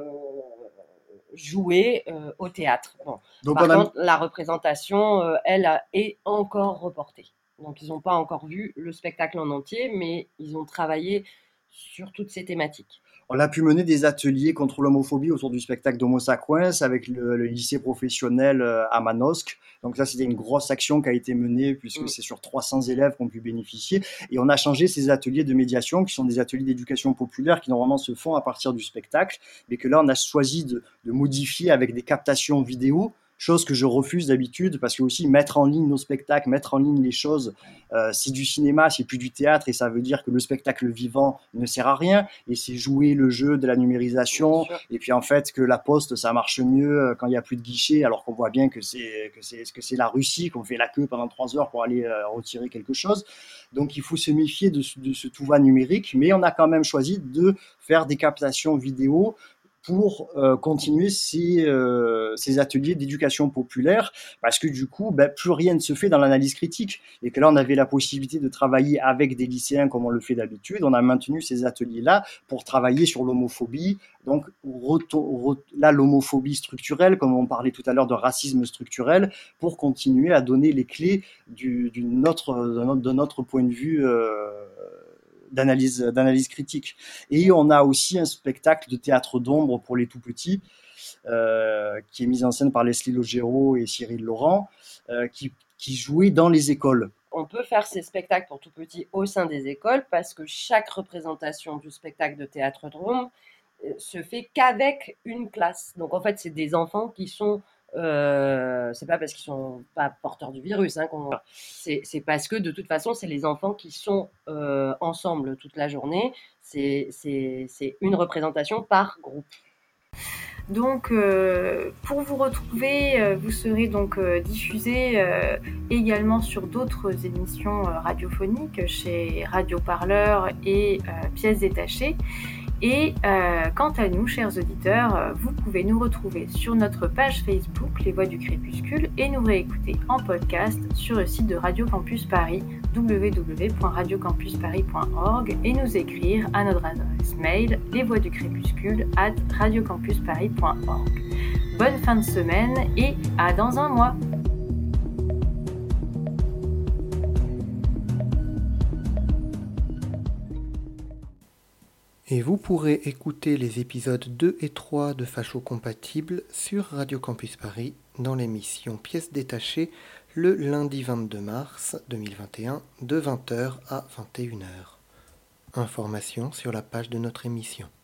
jouer euh, au théâtre. Bon. Donc Par contre, a... la représentation, euh, elle, a, est encore reportée. Donc, ils n'ont pas encore vu le spectacle en entier, mais ils ont travaillé sur toutes ces thématiques. On a pu mener des ateliers contre l'homophobie autour du spectacle d'Homo Sapiens avec le, le lycée professionnel à Manosque. Donc ça, c'était une grosse action qui a été menée puisque mmh. c'est sur trois cents élèves qui ont pu bénéficier. Et on a changé ces ateliers de médiation qui sont des ateliers d'éducation populaire qui normalement se font à partir du spectacle, mais que là, on a choisi de, de modifier avec des captations vidéo, chose que je refuse d'habitude parce que aussi mettre en ligne nos spectacles, mettre en ligne les choses, euh, c'est du cinéma, c'est plus du théâtre et ça veut dire que le spectacle vivant ne sert à rien et c'est jouer le jeu de la numérisation et puis en fait que la poste ça marche mieux quand il n'y a plus de guichet alors qu'on voit bien que c'est, que c'est, que c'est la Russie, qu'on fait la queue pendant trois heures pour aller euh, retirer quelque chose. Donc il faut se méfier de, de ce tout va numérique, mais on a quand même choisi de faire des captations vidéo pour euh, continuer ces, euh, ces ateliers d'éducation populaire, parce que du coup, ben, plus rien ne se fait dans l'analyse critique, et que là, on avait la possibilité de travailler avec des lycéens comme on le fait d'habitude. On a maintenu ces ateliers-là pour travailler sur l'homophobie, donc reto- re- là, l'homophobie structurelle, comme on parlait tout à l'heure de racisme structurel, pour continuer à donner les clés du, du notre, de, notre, de notre point de vue euh, D'analyse, d'analyse critique. Et on a aussi un spectacle de théâtre d'ombre pour les tout petits, euh, qui est mis en scène par Leslie Logero et Cyril Laurent, euh, qui, qui jouait dans les écoles. On peut faire ces spectacles pour tout petits au sein des écoles parce que chaque représentation du spectacle de théâtre d'ombre euh, se fait qu'avec une classe. Donc en fait, c'est des enfants qui sont Euh, c'est pas parce qu'ils sont pas porteurs du virus, hein, qu'on... c'est, c'est parce que de toute façon, c'est les enfants qui sont euh, ensemble toute la journée. C'est, c'est, c'est une représentation par groupe. Donc, euh, pour vous retrouver, euh, vous serez donc euh, diffusé euh, également sur d'autres émissions euh, radiophoniques chez Radio Parleur et euh, Pièces détachées. Et euh, quant à nous, chers auditeurs, euh, vous pouvez nous retrouver sur notre page Facebook Les Voix du Crépuscule et nous réécouter en podcast sur le site de Radio Campus Paris, w w w point radio campus paris point org, et nous écrire à notre adresse mail lesvoixducrépuscule arobase radio campus paris point org. Bonne fin de semaine et à dans un mois. Et vous pourrez écouter les épisodes deux et trois de Facho Compatible sur Radio Campus Paris dans l'émission Pièces détachées le lundi vingt-deux mars deux mille vingt et un de vingt heures à vingt et une heures. Information sur la page de notre émission.